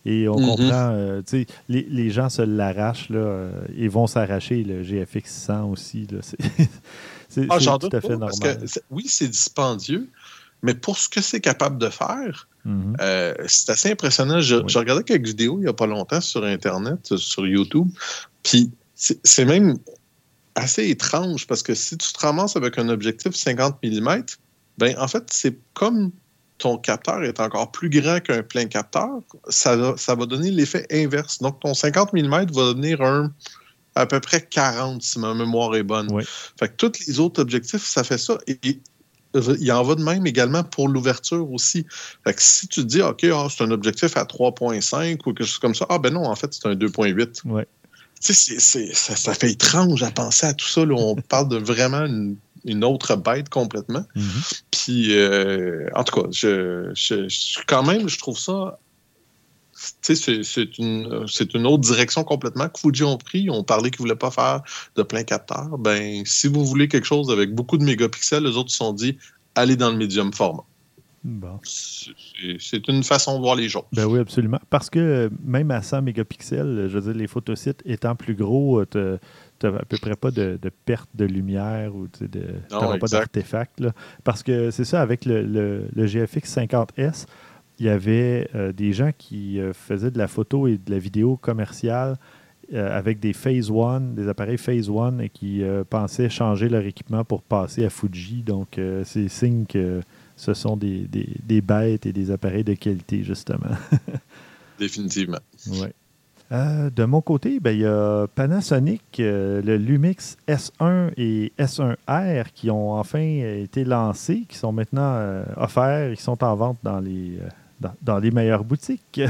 Et on comprend, tu sais, les gens se l'arrachent, là, ils vont s'arracher le GFX 600 aussi. Là, c'est tout à fait normal. Parce que, oui, c'est dispendieux, mais pour ce que c'est capable de faire, c'est assez impressionnant. Je regardais quelques vidéos il n'y a pas longtemps sur Internet, sur YouTube, puis c'est même assez étrange parce que si tu te ramasses avec un objectif 50 mm, ben en fait, c'est comme ton capteur est encore plus grand qu'un plein capteur, ça va donner l'effet inverse. Donc, ton 50 mm va devenir à peu près 40 si ma mémoire est bonne. Oui. Fait que tous les autres objectifs, ça fait ça. Et il en va de même également pour l'ouverture aussi. Fait que si tu te dis, OK, c'est un objectif à 3.5 ou quelque chose comme ça, ben non, en fait, c'est un 2.8. Oui. Tu sais, ça fait étrange à penser à tout ça. Là. On parle de vraiment une autre bête complètement. Puis, en tout cas, quand même, je trouve ça... Tu sais, c'est une autre direction complètement que Fuji ont pris. Ils ont parlé qu'ils ne voulaient pas faire de plein capteur. Ben, si vous voulez quelque chose avec beaucoup de mégapixels, les autres se sont dit, allez dans le médium format. Bon. C'est une façon de voir les choses. Ben oui, absolument. Parce que même à 100 mégapixels, je veux dire, les photosites étant plus gros, tu n'as à peu près pas de perte de lumière ou tu n'auras pas d'artefact. Là. Parce que c'est ça, avec le GFX 50S, il y avait des gens qui faisaient de la photo et de la vidéo commerciale avec des Phase One, des appareils Phase One et qui pensaient changer leur équipement pour passer à Fuji. Donc, c'est signe que ce sont des bêtes et des appareils de qualité, justement. Définitivement. Oui. De mon côté, il y a Panasonic, le Lumix S1 et S1R qui ont enfin été lancés, qui sont maintenant offerts, qui sont en vente dans les meilleures boutiques.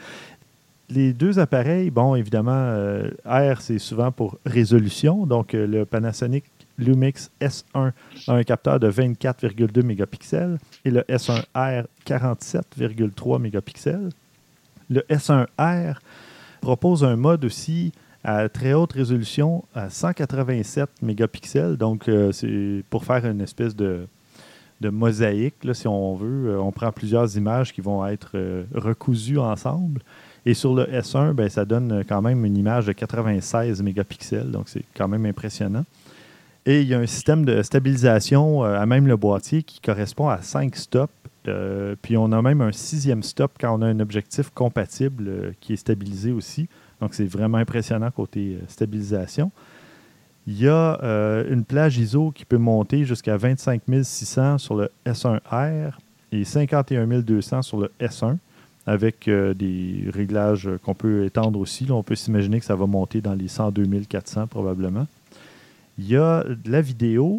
Les deux appareils, bon, évidemment, R, c'est souvent pour résolution. Donc, le Panasonic Lumix S1 a un capteur de 24,2 mégapixels et le S1R 47,3 mégapixels. Le S1R propose un mode aussi à très haute résolution à 187 mégapixels. Donc, c'est pour faire une espèce de mosaïque, là, si on veut. On prend plusieurs images qui vont être recousues ensemble. Et sur le S1, ben, ça donne quand même une image de 96 mégapixels. Donc, c'est quand même impressionnant. Et il y a un système de stabilisation à même le boîtier qui correspond à 5 stops. Puis on a même un 6e stop quand on a un objectif compatible qui est stabilisé aussi. Donc c'est vraiment impressionnant côté stabilisation. Il y a une plage ISO qui peut monter jusqu'à 25 600 sur le S1R et 51 200 sur le S1 avec des réglages qu'on peut étendre aussi. Là, on peut s'imaginer que ça va monter dans les 102 400 probablement. Il y a de la vidéo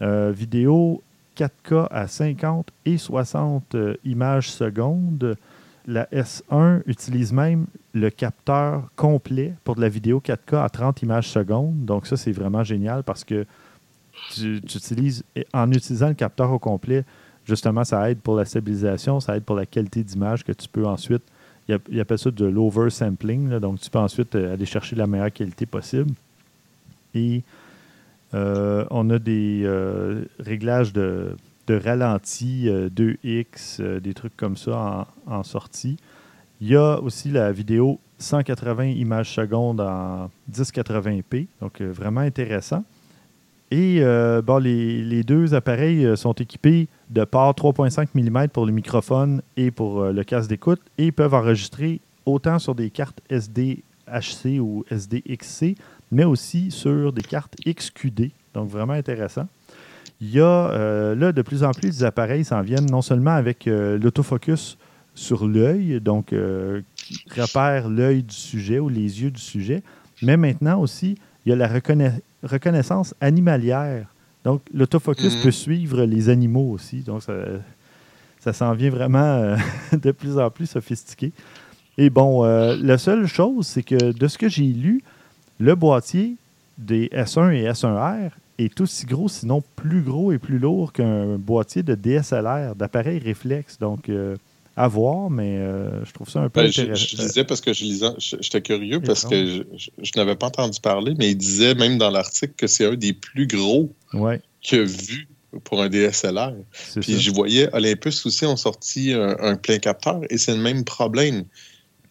4K à 50 et 60 images secondes. La S1 utilise même le capteur complet pour de la vidéo 4K à 30 images secondes. Donc ça, c'est vraiment génial parce que tu utilises, en utilisant le capteur au complet, justement, ça aide pour la stabilisation, ça aide pour la qualité d'image que tu peux ensuite, il appelle ça de l'oversampling, là, donc tu peux ensuite aller chercher la meilleure qualité possible. Et on a des réglages de ralenti 2X, des trucs comme ça en sortie. Il y a aussi la vidéo 180 images secondes en 1080p, donc vraiment intéressant. Et les deux appareils sont équipés de ports 3.5 mm pour le microphone et pour le casque d'écoute et peuvent enregistrer autant sur des cartes SDHC ou SDXC, mais aussi sur des cartes XQD. Donc, vraiment intéressant. Il y a, là, de plus en plus, des appareils s'en viennent non seulement avec l'autofocus sur l'œil, donc qui repère l'œil du sujet ou les yeux du sujet, mais maintenant aussi, il y a la reconnaissance animalière. Donc, l'autofocus peut suivre les animaux aussi. Donc, ça s'en vient vraiment de plus en plus sophistiqué. Et bon, la seule chose, c'est que de ce que j'ai lu, le boîtier des S1 et S1R est aussi gros, sinon plus gros et plus lourd qu'un boîtier de DSLR, d'appareil réflexe. Donc, à voir, mais je trouve ça un peu intéressant. Je disais parce que j'étais curieux parce que je n'avais pas entendu parler, mais il disait même dans l'article que c'est un des plus gros qu'il a vu pour un DSLR. Puis je voyais Olympus aussi ont sorti un plein capteur et c'est le même problème.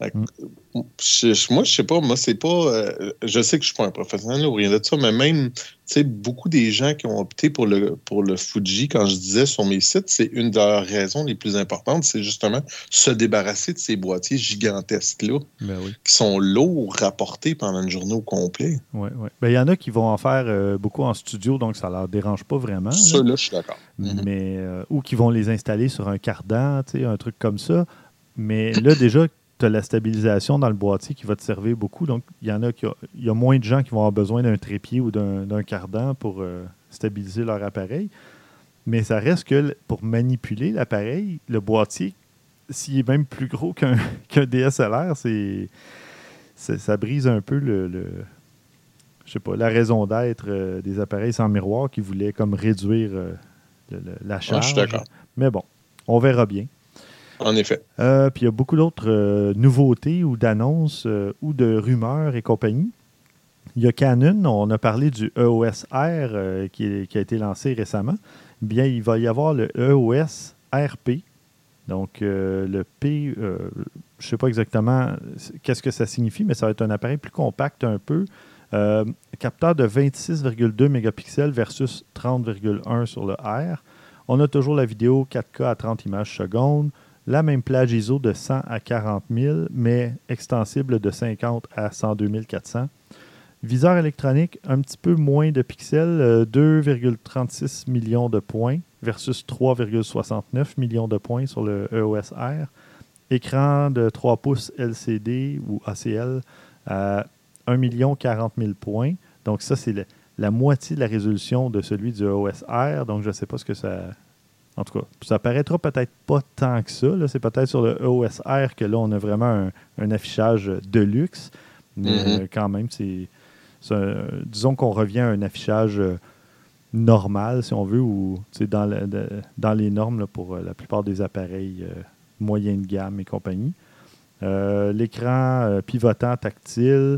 Moi, je sais pas. Moi, c'est pas. Je sais que je suis pas un professionnel ou rien de ça, mais même, tu sais, beaucoup des gens qui ont opté pour le Fuji, quand je disais sur mes sites, c'est une de leurs raisons les plus importantes, c'est justement se débarrasser de ces boîtiers gigantesques-là, qui sont lourds à porter pendant une journée au complet. Oui. Ben, il y en a qui vont en faire beaucoup en studio, donc ça leur dérange pas vraiment. Ça, là, je suis d'accord. Mais, ou qui vont les installer sur un cardan, tu sais, un truc comme ça. Mais là, déjà, tu as la stabilisation dans le boîtier qui va te servir beaucoup. Donc, il y a moins de gens qui vont avoir besoin d'un trépied ou d'un cardan pour stabiliser leur appareil. Mais ça reste que pour manipuler l'appareil, le boîtier, s'il est même plus gros qu'un DSLR, ça brise un peu je sais pas, la raison d'être des appareils sans miroir qui voulaient comme réduire la charge. Je suis d'accord. Mais bon, on verra bien. En effet. Puis il y a beaucoup d'autres nouveautés ou d'annonces ou de rumeurs et compagnie. Il y a Canon, on a parlé du EOS R qui a été lancé récemment. Bien, il va y avoir le EOS RP. Donc, le P, je ne sais pas exactement qu'est-ce que ça signifie, mais ça va être un appareil plus compact un peu. Capteur de 26,2 mégapixels versus 30,1 sur le R. On a toujours la vidéo 4K à 30 images secondes. La même plage ISO de 100 à 40 000, mais extensible de 50 à 102 400. Viseur électronique, un petit peu moins de pixels, 2,36 millions de points versus 3,69 millions de points sur le EOS R. Écran de 3 pouces LCD ou ACL à 1 40 000 points. Donc ça, c'est la moitié de la résolution de celui du EOS R. Donc je ne sais pas ce que ça... En tout cas, ça paraîtra peut-être pas tant que ça. Là. C'est peut-être sur le EOS R que là, on a vraiment un affichage de luxe. Mais quand même, disons qu'on revient à un affichage normal, si on veut, ou dans les normes là, pour la plupart des appareils moyens de gamme et compagnie. L'écran pivotant tactile,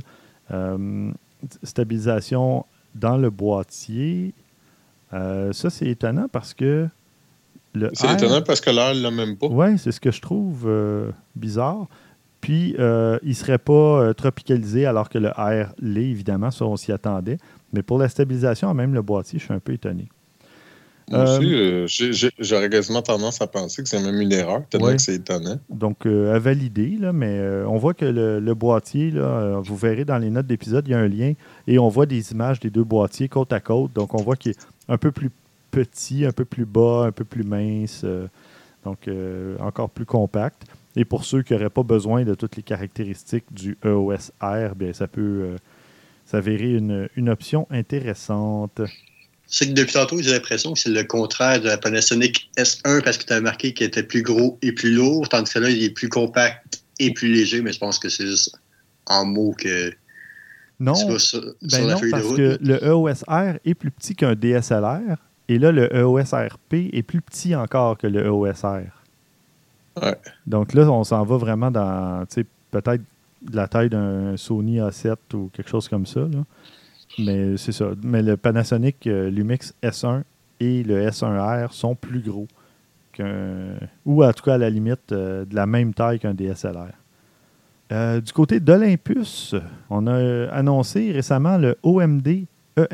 stabilisation dans le boîtier. Ça, c'est étonnant parce que étonnant parce que l'air ne l'a même pas. Oui, c'est ce que je trouve bizarre. Puis, il ne serait pas tropicalisé alors que le R l'est, évidemment. Ça, on s'y attendait. Mais pour la stabilisation, même le boîtier, je suis un peu étonné. Moi aussi, j'aurais quasiment tendance à penser que c'est même une erreur, tellement que c'est étonnant. Donc, à valider, là, mais on voit que le boîtier, là, vous verrez dans les notes d'épisode, il y a un lien et on voit des images des deux boîtiers côte à côte. Donc, on voit qu'il est un peu plus petit, un peu plus bas, un peu plus mince, donc encore plus compact. Et pour ceux qui n'auraient pas besoin de toutes les caractéristiques du EOS R, bien, ça peut s'avérer une option intéressante. C'est que depuis tantôt, j'ai l'impression que c'est le contraire de la Panasonic S1 parce que tu as marqué qu'il était plus gros et plus lourd, tandis que là, il est plus compact et plus léger, mais je pense que c'est juste en mots que... Non, sur non parce que le EOS R est plus petit qu'un DSLR et là, le EOS RP est plus petit encore que le EOS R. Ouais. Donc là, on s'en va vraiment dans, peut-être de la taille d'un Sony A7 ou quelque chose comme ça. Là. Mais c'est ça. Mais le Panasonic Lumix S1 et le S1R sont plus gros ou en tout cas à la limite de la même taille qu'un DSLR. Du côté d'Olympus, on a annoncé récemment le OMD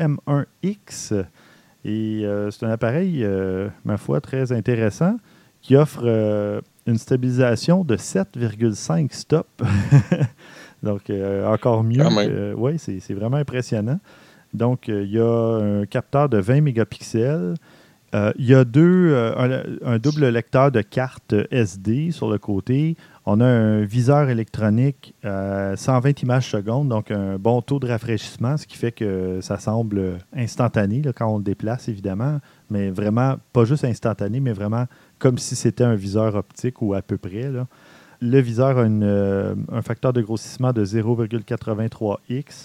EM1X. Et c'est un appareil, ma foi, très intéressant qui offre une stabilisation de 7,5 stops. Donc, encore mieux. Oui, c'est vraiment impressionnant. Donc, il y a un capteur de 20 mégapixels. Il y a un double lecteur de carte SD sur le côté. On a un viseur électronique à 120 images secondes, donc un bon taux de rafraîchissement, ce qui fait que ça semble instantané là, quand on le déplace, évidemment. Mais vraiment, pas juste instantané, mais vraiment comme si c'était un viseur optique ou à peu près. Là. Le viseur a un facteur de grossissement de 0,83x,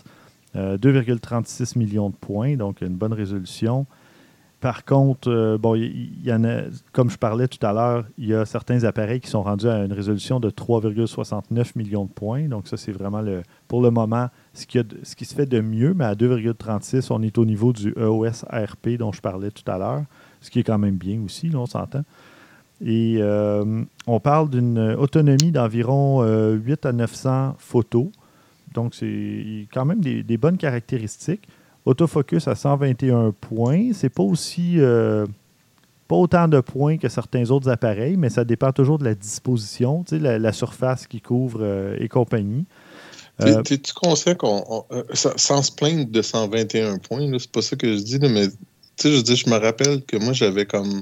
2,36 millions de points, donc une bonne résolution. Par contre, il y en a, comme je parlais tout à l'heure, il y a certains appareils qui sont rendus à une résolution de 3,69 millions de points. Donc ça, c'est vraiment pour le moment ce qui se fait de mieux, mais à 2,36, on est au niveau du EOS RP dont je parlais tout à l'heure, ce qui est quand même bien aussi, là, on s'entend. Et on parle d'une autonomie d'environ 8 à 900 photos. Donc, c'est quand même des bonnes caractéristiques. Autofocus à 121 points. C'est pas aussi... pas autant de points que certains autres appareils, mais ça dépend toujours de la disposition, tu sais, la surface qui couvre et compagnie. T'es-tu conscient sans se plaindre de 121 points, là, c'est pas ça que je dis, là, mais je me rappelle que moi, j'avais comme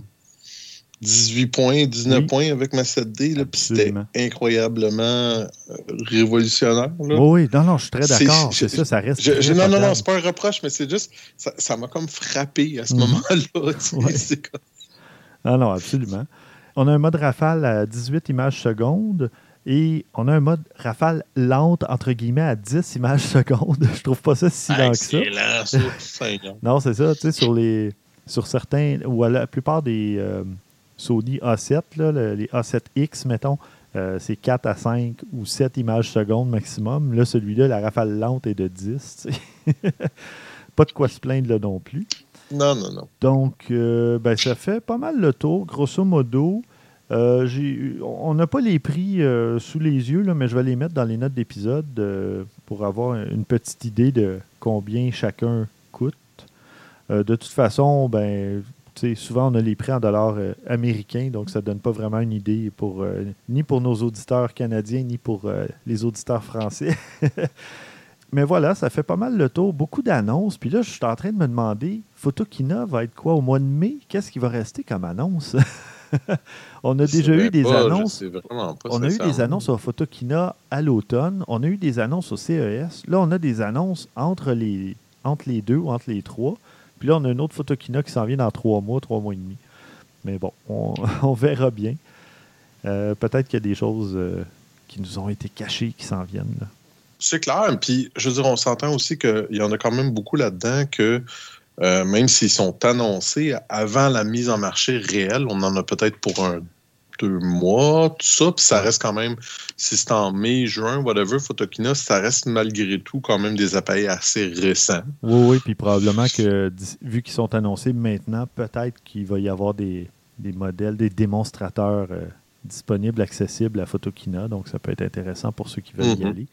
18 points, 19 points avec ma 7D, puis c'était incroyablement révolutionnaire. Là. Oui, non, je suis très d'accord. C'est ça, ça reste. Non, c'est pas un reproche, mais c'est juste, ça m'a comme frappé à ce moment-là. C'est comme... Non, absolument. On a un mode rafale à 18 images secondes. Et on a un mode rafale lente, entre guillemets, à 10 images secondes. Je trouve pas ça si lent que ça. Excellent, non, c'est ça. Tu sais, sur certains, ou à la plupart des Sony A7, là, les A7X, mettons, c'est 4 à 5 ou 7 images secondes maximum. Là, celui-là, la rafale lente est de 10. Pas de quoi se plaindre là non plus. Non. Donc, ça fait pas mal le tour, grosso modo. On n'a pas les prix sous les yeux, là, mais je vais les mettre dans les notes d'épisode pour avoir une petite idée de combien chacun coûte. De toute façon, souvent on a les prix en dollars américains, donc ça ne donne pas vraiment une idée ni pour nos auditeurs canadiens, ni pour les auditeurs français. Mais voilà, ça fait pas mal le tour. Beaucoup d'annonces. Puis là, je suis en train de me demander, Photokina va être quoi au mois de mai? Qu'est-ce qui va rester comme annonce? On a déjà eu des annonces. On a eu des annonces au Photokina à l'automne. On a eu des annonces au CES. Là, on a des annonces entre les 2 ou entre les 3. Puis là, on a une autre Photokina qui s'en vient dans 3 mois et demi. Mais bon, on verra bien. Peut-être qu'il y a des choses qui nous ont été cachées qui s'en viennent. Là. C'est clair. Puis, je veux dire, on s'entend aussi qu'il y en a quand même beaucoup là-dedans que même s'ils sont annoncés avant la mise en marché réelle, on en a peut-être pour 2 mois, tout ça, puis ça reste quand même, si c'est en mai, juin, whatever, Photokina, ça reste malgré tout quand même des appareils assez récents. Oui, puis probablement que, vu qu'ils sont annoncés maintenant, peut-être qu'il va y avoir des modèles, des démonstrateurs disponibles, accessibles à Photokina, donc ça peut être intéressant pour ceux qui veulent y aller.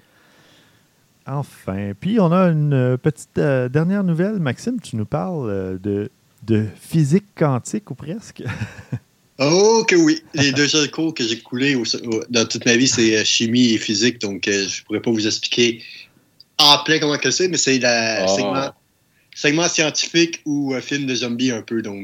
Enfin, puis on a une petite dernière nouvelle. Maxime, tu nous parles de physique quantique ou presque? Oh que oui! Les 2 seuls cours que j'ai coulés dans toute ma vie, c'est chimie et physique, donc je ne pourrais pas vous expliquer en plein comment que c'est, mais c'est le segment scientifique ou film de zombies un peu, donc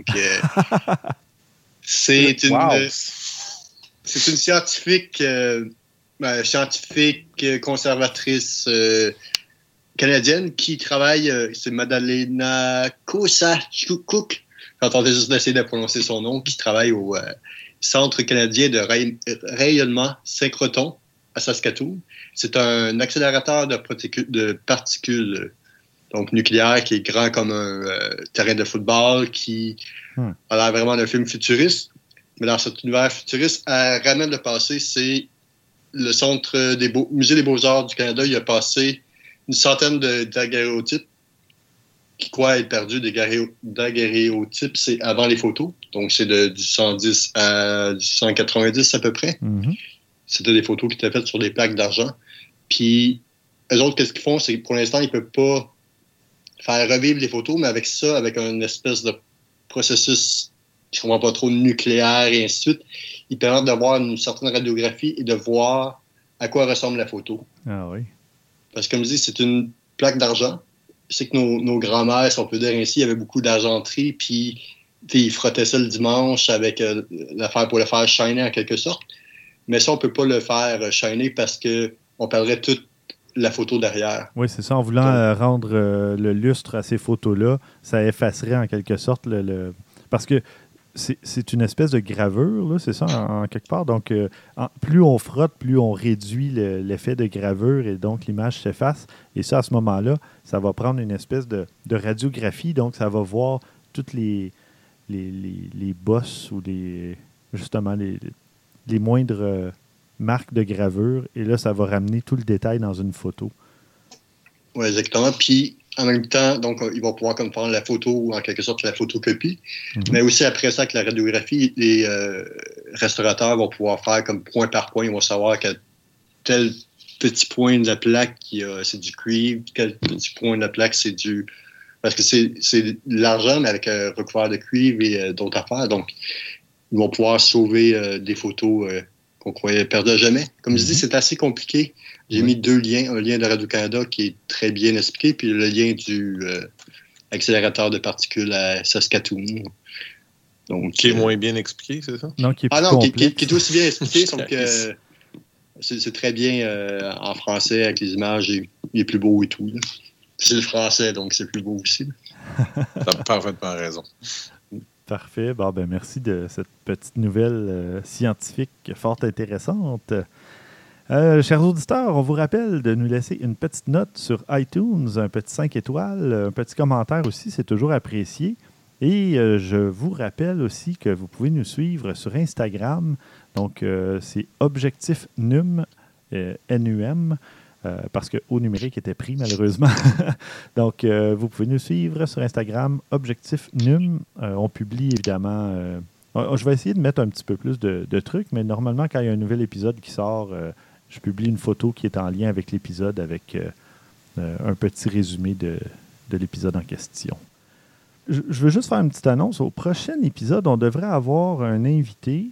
c'est une scientifique... scientifique conservatrice canadienne qui travaille, c'est Madalena Kosachouk, j'ai tenté juste d'essayer de prononcer son nom, qui travaille au Centre canadien de rayonnement synchrotron à Saskatoon. C'est un accélérateur de particules donc nucléaires qui est grand comme un terrain de football, qui a l'air vraiment d'un film futuriste. Mais dans cet univers futuriste, elle ramène le passé, c'est le Centre des Musée des Beaux-Arts du Canada. Il a passé une centaine de daguerréotypes qui croient être perdus. Des daguerréotypes, c'est avant les photos. Donc, c'est du 110 à du 190 à peu près. Mm-hmm. C'était des photos qui étaient faites sur des plaques d'argent. Puis, eux autres, qu'est-ce qu'ils font? C'est que pour l'instant, ils ne peuvent pas faire revivre les photos, mais avec ça, avec une espèce de processus qui ne comprend pas trop nucléaire et ainsi de suite, ils permettent de voir une certaine radiographie et de voir à quoi ressemble la photo. Ah oui. Parce que, comme je dis, c'est une plaque d'argent. Je sais que nos grands-mères, si on peut dire ainsi, avaient beaucoup d'argenterie, puis ils frottaient ça le dimanche avec l'affaire pour le faire shiner en quelque sorte. Mais ça, on ne peut pas le faire shiner parce qu'on perdrait toute la photo derrière. Oui, c'est ça. En voulant rendre le lustre à ces photos-là, ça effacerait en quelque sorte le... Parce que c'est une espèce de gravure, là, c'est ça, en quelque part. Donc, plus on frotte, plus on réduit l'effet de gravure et donc l'image s'efface. Et ça, à ce moment-là, ça va prendre une espèce de radiographie. Donc, ça va voir toutes les bosses ou justement les moindres marques de gravure. Et là, ça va ramener tout le détail dans une photo. Oui, exactement. Puis, en même temps, donc, il va pouvoir comme prendre la photo, ou en quelque sorte, la photocopie. Mais aussi, après ça, avec la radiographie, les restaurateurs vont pouvoir faire comme point par point. Ils vont savoir qu'à tel petit point de la plaque, c'est du cuivre, quel petit point de la plaque, c'est du... Parce que c'est de l'argent, mais avec recouvert de cuivre et d'autres affaires. Donc, ils vont pouvoir sauver des photos qu'on croyait perdues à jamais. Comme je dis, c'est assez compliqué. J'ai mis 2 liens. Un lien de Radio-Canada qui est très bien expliqué, puis le lien du accélérateur de particules à Saskatoon. Donc, qui est moins bien expliqué, c'est ça? Non, qui est qui est aussi bien expliqué, sauf que c'est très bien en français, avec les images, il est plus beau et tout. Là. C'est le français, donc c'est plus beau aussi. Tu as parfaitement raison. Parfait. Bon, ben, merci de cette petite nouvelle scientifique fort intéressante. Chers auditeurs, on vous rappelle de nous laisser une petite note sur iTunes, un petit 5 étoiles, un petit commentaire aussi, c'est toujours apprécié. Et je vous rappelle aussi que vous pouvez nous suivre sur Instagram. Donc, c'est Objectif NUM, NUM, parce que au numérique était pris malheureusement. Donc, vous pouvez nous suivre sur Instagram, Objectif NUM. On publie évidemment... je vais essayer de mettre un petit peu plus de trucs, mais normalement, quand il y a un nouvel épisode qui sort... je publie une photo qui est en lien avec l'épisode avec un petit résumé de l'épisode en question. Je veux juste faire une petite annonce. Au prochain épisode, on devrait avoir un invité.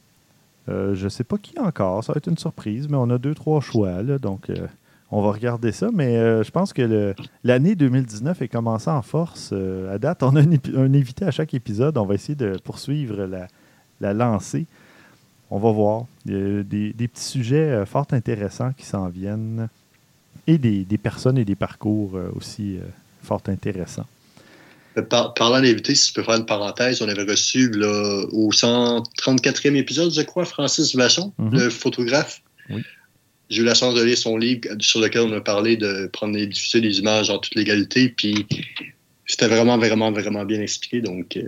Je ne sais pas qui encore. Ça va être une surprise, mais on a 2-3 choix. Là, donc, on va regarder ça. Mais je pense que l'année 2019 est commencée en force. À date, on a un invité à chaque épisode. On va essayer de poursuivre la lancée. On va voir. Il y a des petits sujets fort intéressants qui s'en viennent et des personnes et des parcours aussi fort intéressants. Parlant d'invités, si je peux faire une parenthèse, on avait reçu là, au 134e épisode, je crois, Francis Vachon, le photographe. Oui. J'ai eu la chance de lire son livre sur lequel on a parlé de prendre et diffuser des images en toute légalité. Puis c'était vraiment, vraiment, vraiment bien expliqué. Donc,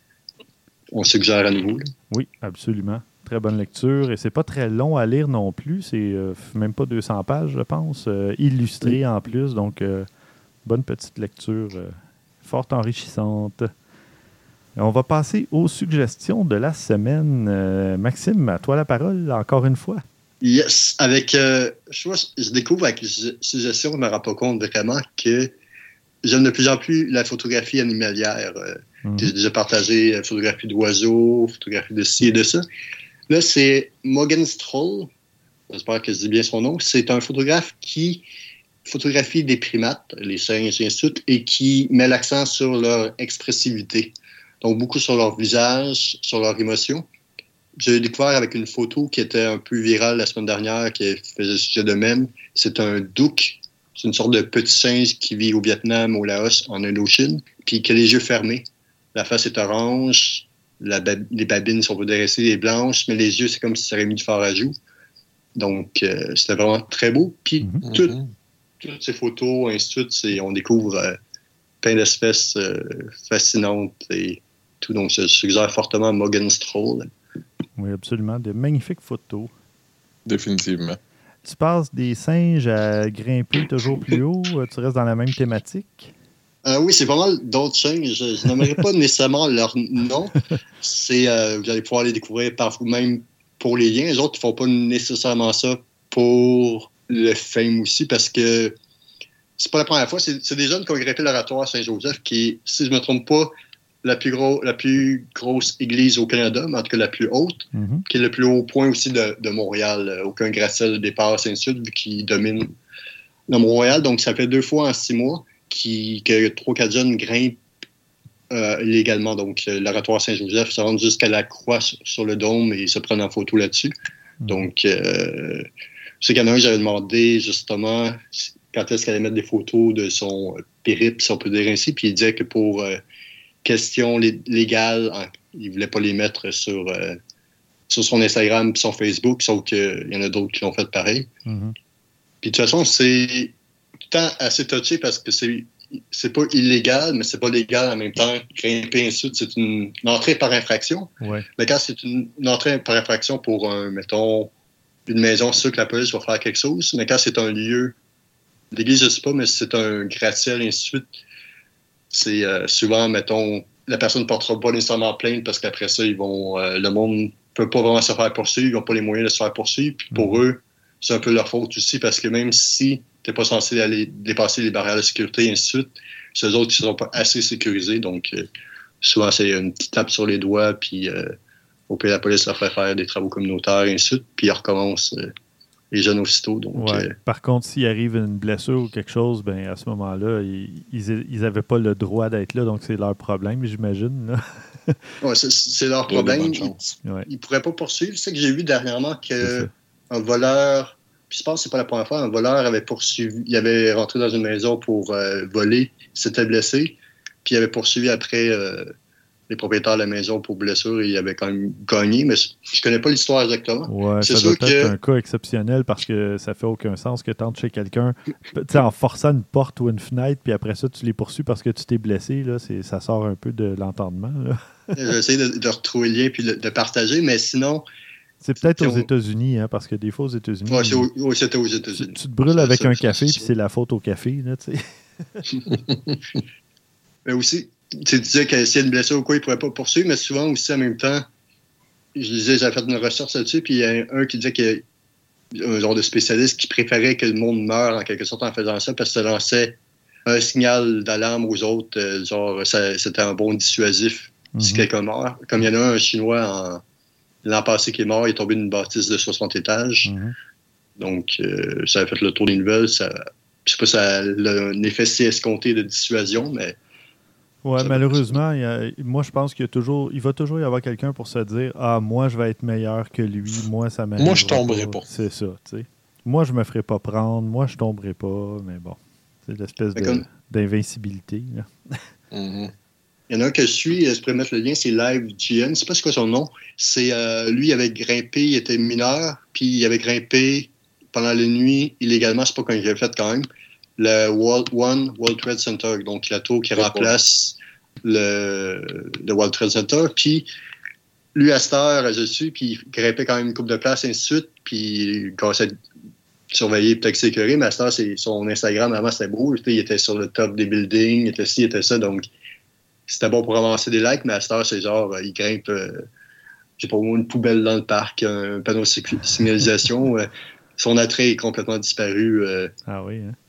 on suggère à nouveau. Là. Oui, absolument. Très bonne lecture. Et c'est pas très long à lire non plus. C'est même pas 200 pages, je pense. Illustré en plus. Donc, bonne petite lecture fort enrichissante. On va passer aux suggestions de la semaine. Maxime, à toi la parole, encore une fois. Yes. Avec, je découvre avec les suggestions, je ne me rends pas compte vraiment que j'aime de plus en plus la photographie animalière. J'ai déjà partagé photographie d'oiseaux, photographie de ci et de ça. Là, c'est Morgan Stroll. J'espère que je dis bien son nom. C'est un photographe qui photographie des primates, les singes et ainsi de suite, et qui met l'accent sur leur expressivité. Donc, beaucoup sur leur visage, sur leurs émotions. J'ai découvert avec une photo qui était un peu virale la semaine dernière, qui faisait sujet de même. C'est un douk. C'est une sorte de petit singe qui vit au Vietnam, au Laos, en Indochine, puis qui a les yeux fermés. La face est orange, les babines sont pas dressées, les blanches, mais les yeux, c'est comme si ça aurait mis du fard à joues. Donc, c'était vraiment très beau. Puis, toutes ces photos, ainsi de suite, on découvre plein d'espèces fascinantes et tout. Donc, je suggère fortement Morgan Stroll. Oui, absolument. De magnifiques photos. Définitivement. Tu passes des singes à grimper toujours plus haut. Tu restes dans la même thématique? Oui, c'est pas mal d'autres singes. Je n'aimerais pas nécessairement leur nom. Vous allez pouvoir les découvrir par vous-même pour les liens. Les autres, ils font pas nécessairement ça pour le fame aussi, parce que c'est pas la première fois. C'est des jeunes qui ont grimpé l'oratoire Saint-Joseph, qui, si je me trompe pas, la plus grosse église au Canada, mais en tout cas la plus haute, qui est le plus haut point aussi de Montréal. Aucun gratte-ciel de départ à Saint-Sud, vu qu'il domine le Mont-Royal. Donc, ça fait 2 fois en 6 mois que 3-4 jeunes grimpent illégalement. Donc, l'oratoire Saint-Joseph se rend jusqu'à la croix sur le dôme et se prennent en photo là-dessus. Donc, je sais qu'il y en a un, j'avais demandé justement quand est-ce qu'elle allait mettre des photos de son périple, si on peut dire ainsi, puis il disait que pour questions légales, il ne voulait pas les mettre sur son Instagram et son Facebook, sauf qu'il y en a d'autres qui l'ont fait pareil. Puis de toute façon, c'est tout le temps assez touché parce que c'est pas illégal, mais c'est pas légal en même temps. Grimper ainsi, c'est une entrée par infraction. Ouais. Mais quand c'est une entrée par infraction pour, mettons, une maison, c'est sûr que la police va faire quelque chose. Mais quand c'est un lieu l'église, je ne sais pas, mais si c'est un gratte-ciel, et ainsi de suite, c'est souvent, mettons, la personne ne portera pas nécessairement plainte parce qu'après ça, le monde ne peut pas vraiment se faire poursuivre, ils n'ont pas les moyens de se faire poursuivre. Puis pour eux, c'est un peu leur faute aussi parce que même si tu n'es pas censé aller dépasser les barrières de sécurité et ainsi de suite, c'est eux autres qui ne sont pas assez sécurisés. Donc, souvent, c'est une petite tape sur les doigts, puis au pire, la police leur fait faire des travaux communautaires et ainsi de suite, puis ils recommencent les jeunes aussitôt. Donc, Par contre, s'il arrive une blessure ou quelque chose, ben à ce moment-là, ils n'avaient pas le droit d'être là, donc c'est leur problème, j'imagine. Ouais, c'est leur problème. Ils ne pourraient pas poursuivre. C'est ça que j'ai vu dernièrement qu'un voleur, puis je pense que c'est pas la première fois, un voleur avait poursuivi, il avait rentré dans une maison pour voler, il s'était blessé, puis il avait poursuivi après les propriétaires de la maison pour blessure et il avait quand même gagné, mais je connais pas l'histoire exactement. Ouais, c'est sûr doit être un cas exceptionnel parce que ça fait aucun sens que tu entres chez quelqu'un en forçant une porte ou une fenêtre, puis après ça, tu les poursuis parce que tu t'es blessé. Là, ça sort un peu de l'entendement. J'essaie de retrouver le lien puis de partager, mais sinon... C'est peut-être aux États-Unis, hein, parce que des fois, aux États-Unis... Oui, c'était aux États-Unis. Tu te brûles avec un café, puis c'est la faute au café. Là, mais aussi... Tu disais que s'il y a une blessure ou quoi, il ne pourrait pas poursuivre, mais souvent aussi en même temps, j'avais fait une recherche là-dessus, puis il y a un qui disait qu'il y a un genre de spécialiste qui préférait que le monde meure en quelque sorte en faisant ça, parce que ça lançait un signal d'alarme aux autres, genre c'était un bon dissuasif si quelqu'un meurt. Comme il y en a un Chinois l'an passé qui est mort, il est tombé d'une bâtisse de 60 étages. Donc, ça a fait le tour des nouvelles. Je ne sais pas si ça a un effet si escompté de dissuasion, mais... Oui, malheureusement, moi, je pense qu'il va toujours y avoir quelqu'un pour se dire « Ah, moi, je vais être meilleur que lui. Moi, ça m'arrive. » Moi, je tomberai pas. C'est ça, tu sais. Moi, je me ferai pas prendre. Moi, je tomberai pas. Mais bon, c'est l'espèce d'invincibilité. Il y en a un que je suis, je pourrais mettre le lien, c'est LiveGN. Je ne sais pas c'est quoi son nom. C'est lui, il avait grimpé, il était mineur, puis il avait grimpé pendant la nuit illégalement. Je ne sais pas quand il avait fait quand même. Le World Trade Center, donc la tour qui remplace le World Trade Center. Puis, lui, à cette heure, je suis, puis il grimpait quand même une couple de places, ainsi de suite, puis il commençait à surveiller, peut-être sécurité, mais à cette heure, son Instagram, avant, c'était beau. Il était sur le top des buildings, il était ci, il était ça, donc c'était bon pour avancer des likes, mais à cette heure, c'est genre, il grimpe, j'ai pas une poubelle dans le parc, un panneau de signalisation. Son attrait est complètement disparu. Ah oui, hein?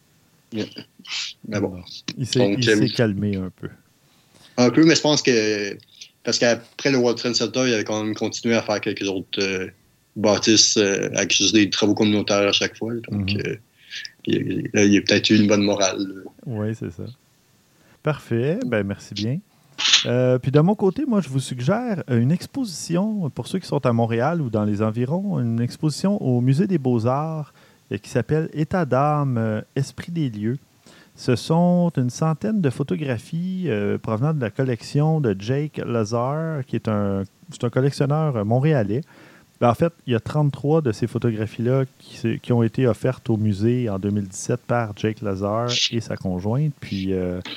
Mais bon. Il s'est calmé un peu. Un peu, mais je pense que parce qu'après le World Trade Center, il avait quand même continué à faire quelques autres bâtisses avec juste des travaux communautaires à chaque fois. Donc, il a peut-être eu une bonne morale. Oui, c'est ça. Parfait. Ben, merci bien. Puis de mon côté, moi, je vous suggère une exposition, pour ceux qui sont à Montréal ou dans les environs, une exposition au Musée des Beaux-Arts qui s'appelle État d'âme, Esprit des lieux. Ce sont une centaine de photographies provenant de la collection de Jake Lazar, qui est un collectionneur montréalais. En fait, il y a 33 de ces photographies-là qui ont été offertes au musée en 2017 par Jake Lazar et sa conjointe. Puis,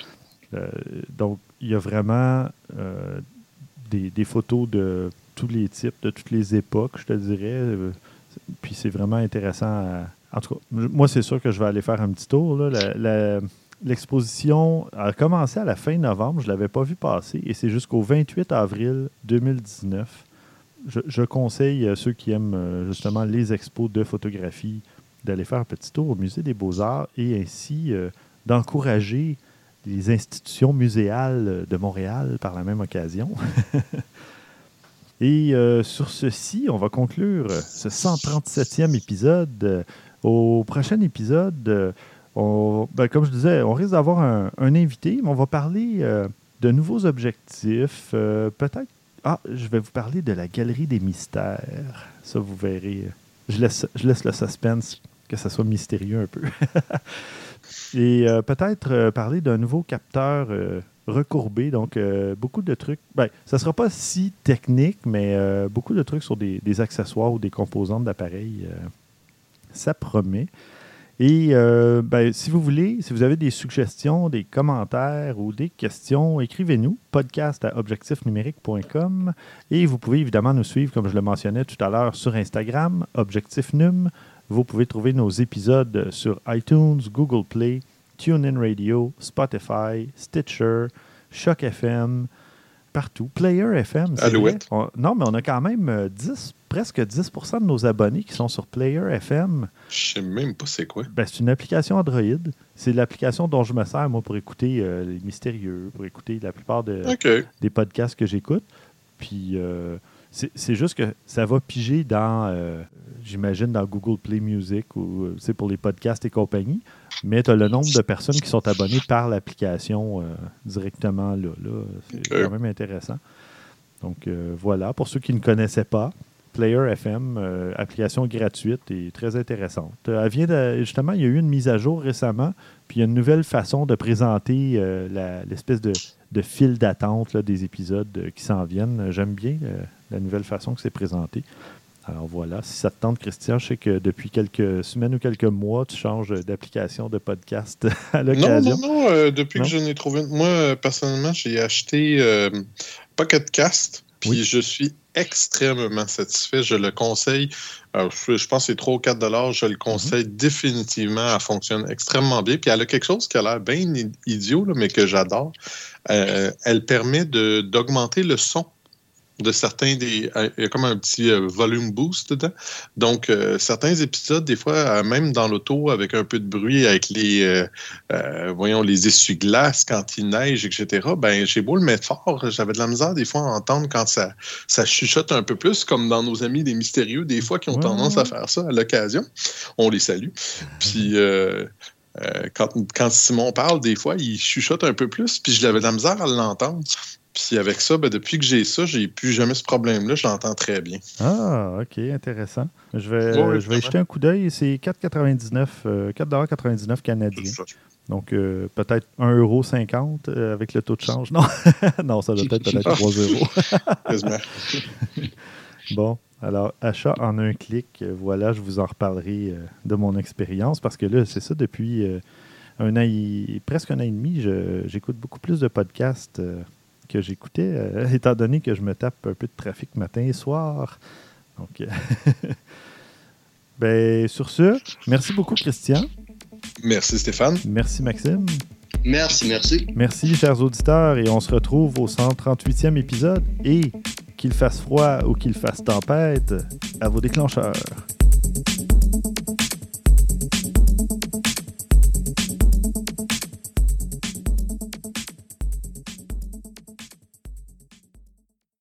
donc, il y a vraiment des photos de tous les types, de toutes les époques, je te dirais. Puis c'est vraiment intéressant. En tout cas, moi, c'est sûr que je vais aller faire un petit tour. Là. L'exposition a commencé à la fin novembre. Je ne l'avais pas vu passer. Et c'est jusqu'au 28 avril 2019. Je conseille à ceux qui aiment justement les expos de photographie d'aller faire un petit tour au Musée des Beaux-Arts et ainsi d'encourager les institutions muséales de Montréal par la même occasion. Et sur ceci, on va conclure ce 137e épisode. Au prochain épisode, comme je disais, on risque d'avoir un invité, mais on va parler de nouveaux objectifs. Peut-être, je vais vous parler de la Galerie des Mystères. Ça, vous verrez. Je laisse le suspense, que ça soit mystérieux un peu. Et peut-être parler d'un nouveau capteur recourbé, donc beaucoup de trucs. Ça ne sera pas si technique, mais beaucoup de trucs sur des accessoires ou des composantes d'appareils. Ça promet. Et si vous voulez, si vous avez des suggestions, des commentaires ou des questions, écrivez-nous, podcast@objectifnumérique.com. Et vous pouvez évidemment nous suivre, comme je le mentionnais tout à l'heure, sur Instagram, Objectif Num. Vous pouvez trouver nos épisodes sur iTunes, Google Play, TuneIn Radio, Spotify, Stitcher, Choc FM, partout. Player FM, c'est Alouette. Non, mais on a quand même presque 10% de nos abonnés qui sont sur Player FM. Je sais même pas c'est quoi. Ben, c'est une application Android. C'est l'application dont je me sers, moi, pour écouter Les Mystérieux, pour écouter la plupart des podcasts que j'écoute. Puis, c'est juste que ça va piger dans, j'imagine, dans Google Play Music ou c'est pour les podcasts et compagnie. Mais tu as le nombre de personnes qui sont abonnées par l'application directement là. C'est quand même intéressant. Donc, voilà. Pour ceux qui ne connaissaient pas, Player FM, application gratuite et très intéressante. Justement, il y a eu une mise à jour récemment, puis il y a une nouvelle façon de présenter l'espèce de file d'attente là, des épisodes qui s'en viennent. J'aime bien la nouvelle façon que c'est présenté. Alors voilà, si ça te tente, Christian, je sais que depuis quelques semaines ou quelques mois, tu changes d'application de podcast à l'occasion. Non, depuis que je n'ai trouvé une. Moi, personnellement, j'ai acheté Pocket Cast, puis je suis extrêmement satisfait. Je le conseille. Je pense que c'est 3 ou 4 $. Je le conseille définitivement. Elle fonctionne extrêmement bien. Puis elle a quelque chose qui a l'air bien idiot, là, mais que j'adore. Elle permet d'augmenter le son de certains des... Il y a comme un petit volume boost dedans. Donc, certains épisodes, des fois, même dans l'auto, avec un peu de bruit, avec les essuie-glaces, quand il neige, etc., ben j'ai beau le mettre fort, j'avais de la misère, des fois, à entendre quand ça chuchote un peu plus, comme dans nos amis des Mystérieux, des fois, qui ont tendance à faire ça à l'occasion. On les salue. Puis... quand Simon parle, des fois, il chuchote un peu plus, puis j'avais de la misère à l'entendre. Puis avec ça, depuis que j'ai ça, j'ai plus jamais ce problème-là. Je l'entends très bien. Ah, OK, intéressant. Je vais y jeter un coup d'œil. C'est 4,99 canadiens. Donc, peut-être 1,50 € avec le taux de change. Non, non, ça doit peut-être 3 €. Bon, alors, achat en un clic. Voilà, je vous en reparlerai de mon expérience parce que là, c'est ça, depuis presque un an et demi, j'écoute beaucoup plus de podcasts que j'écoutais, étant donné que je me tape un peu de trafic matin et soir. Donc, sur ce, merci beaucoup, Christian. Merci, Stéphane. Merci, Maxime. Merci. Merci, chers auditeurs, et on se retrouve au 138e épisode. Et qu'il fasse froid ou qu'il fasse tempête, à vos déclencheurs.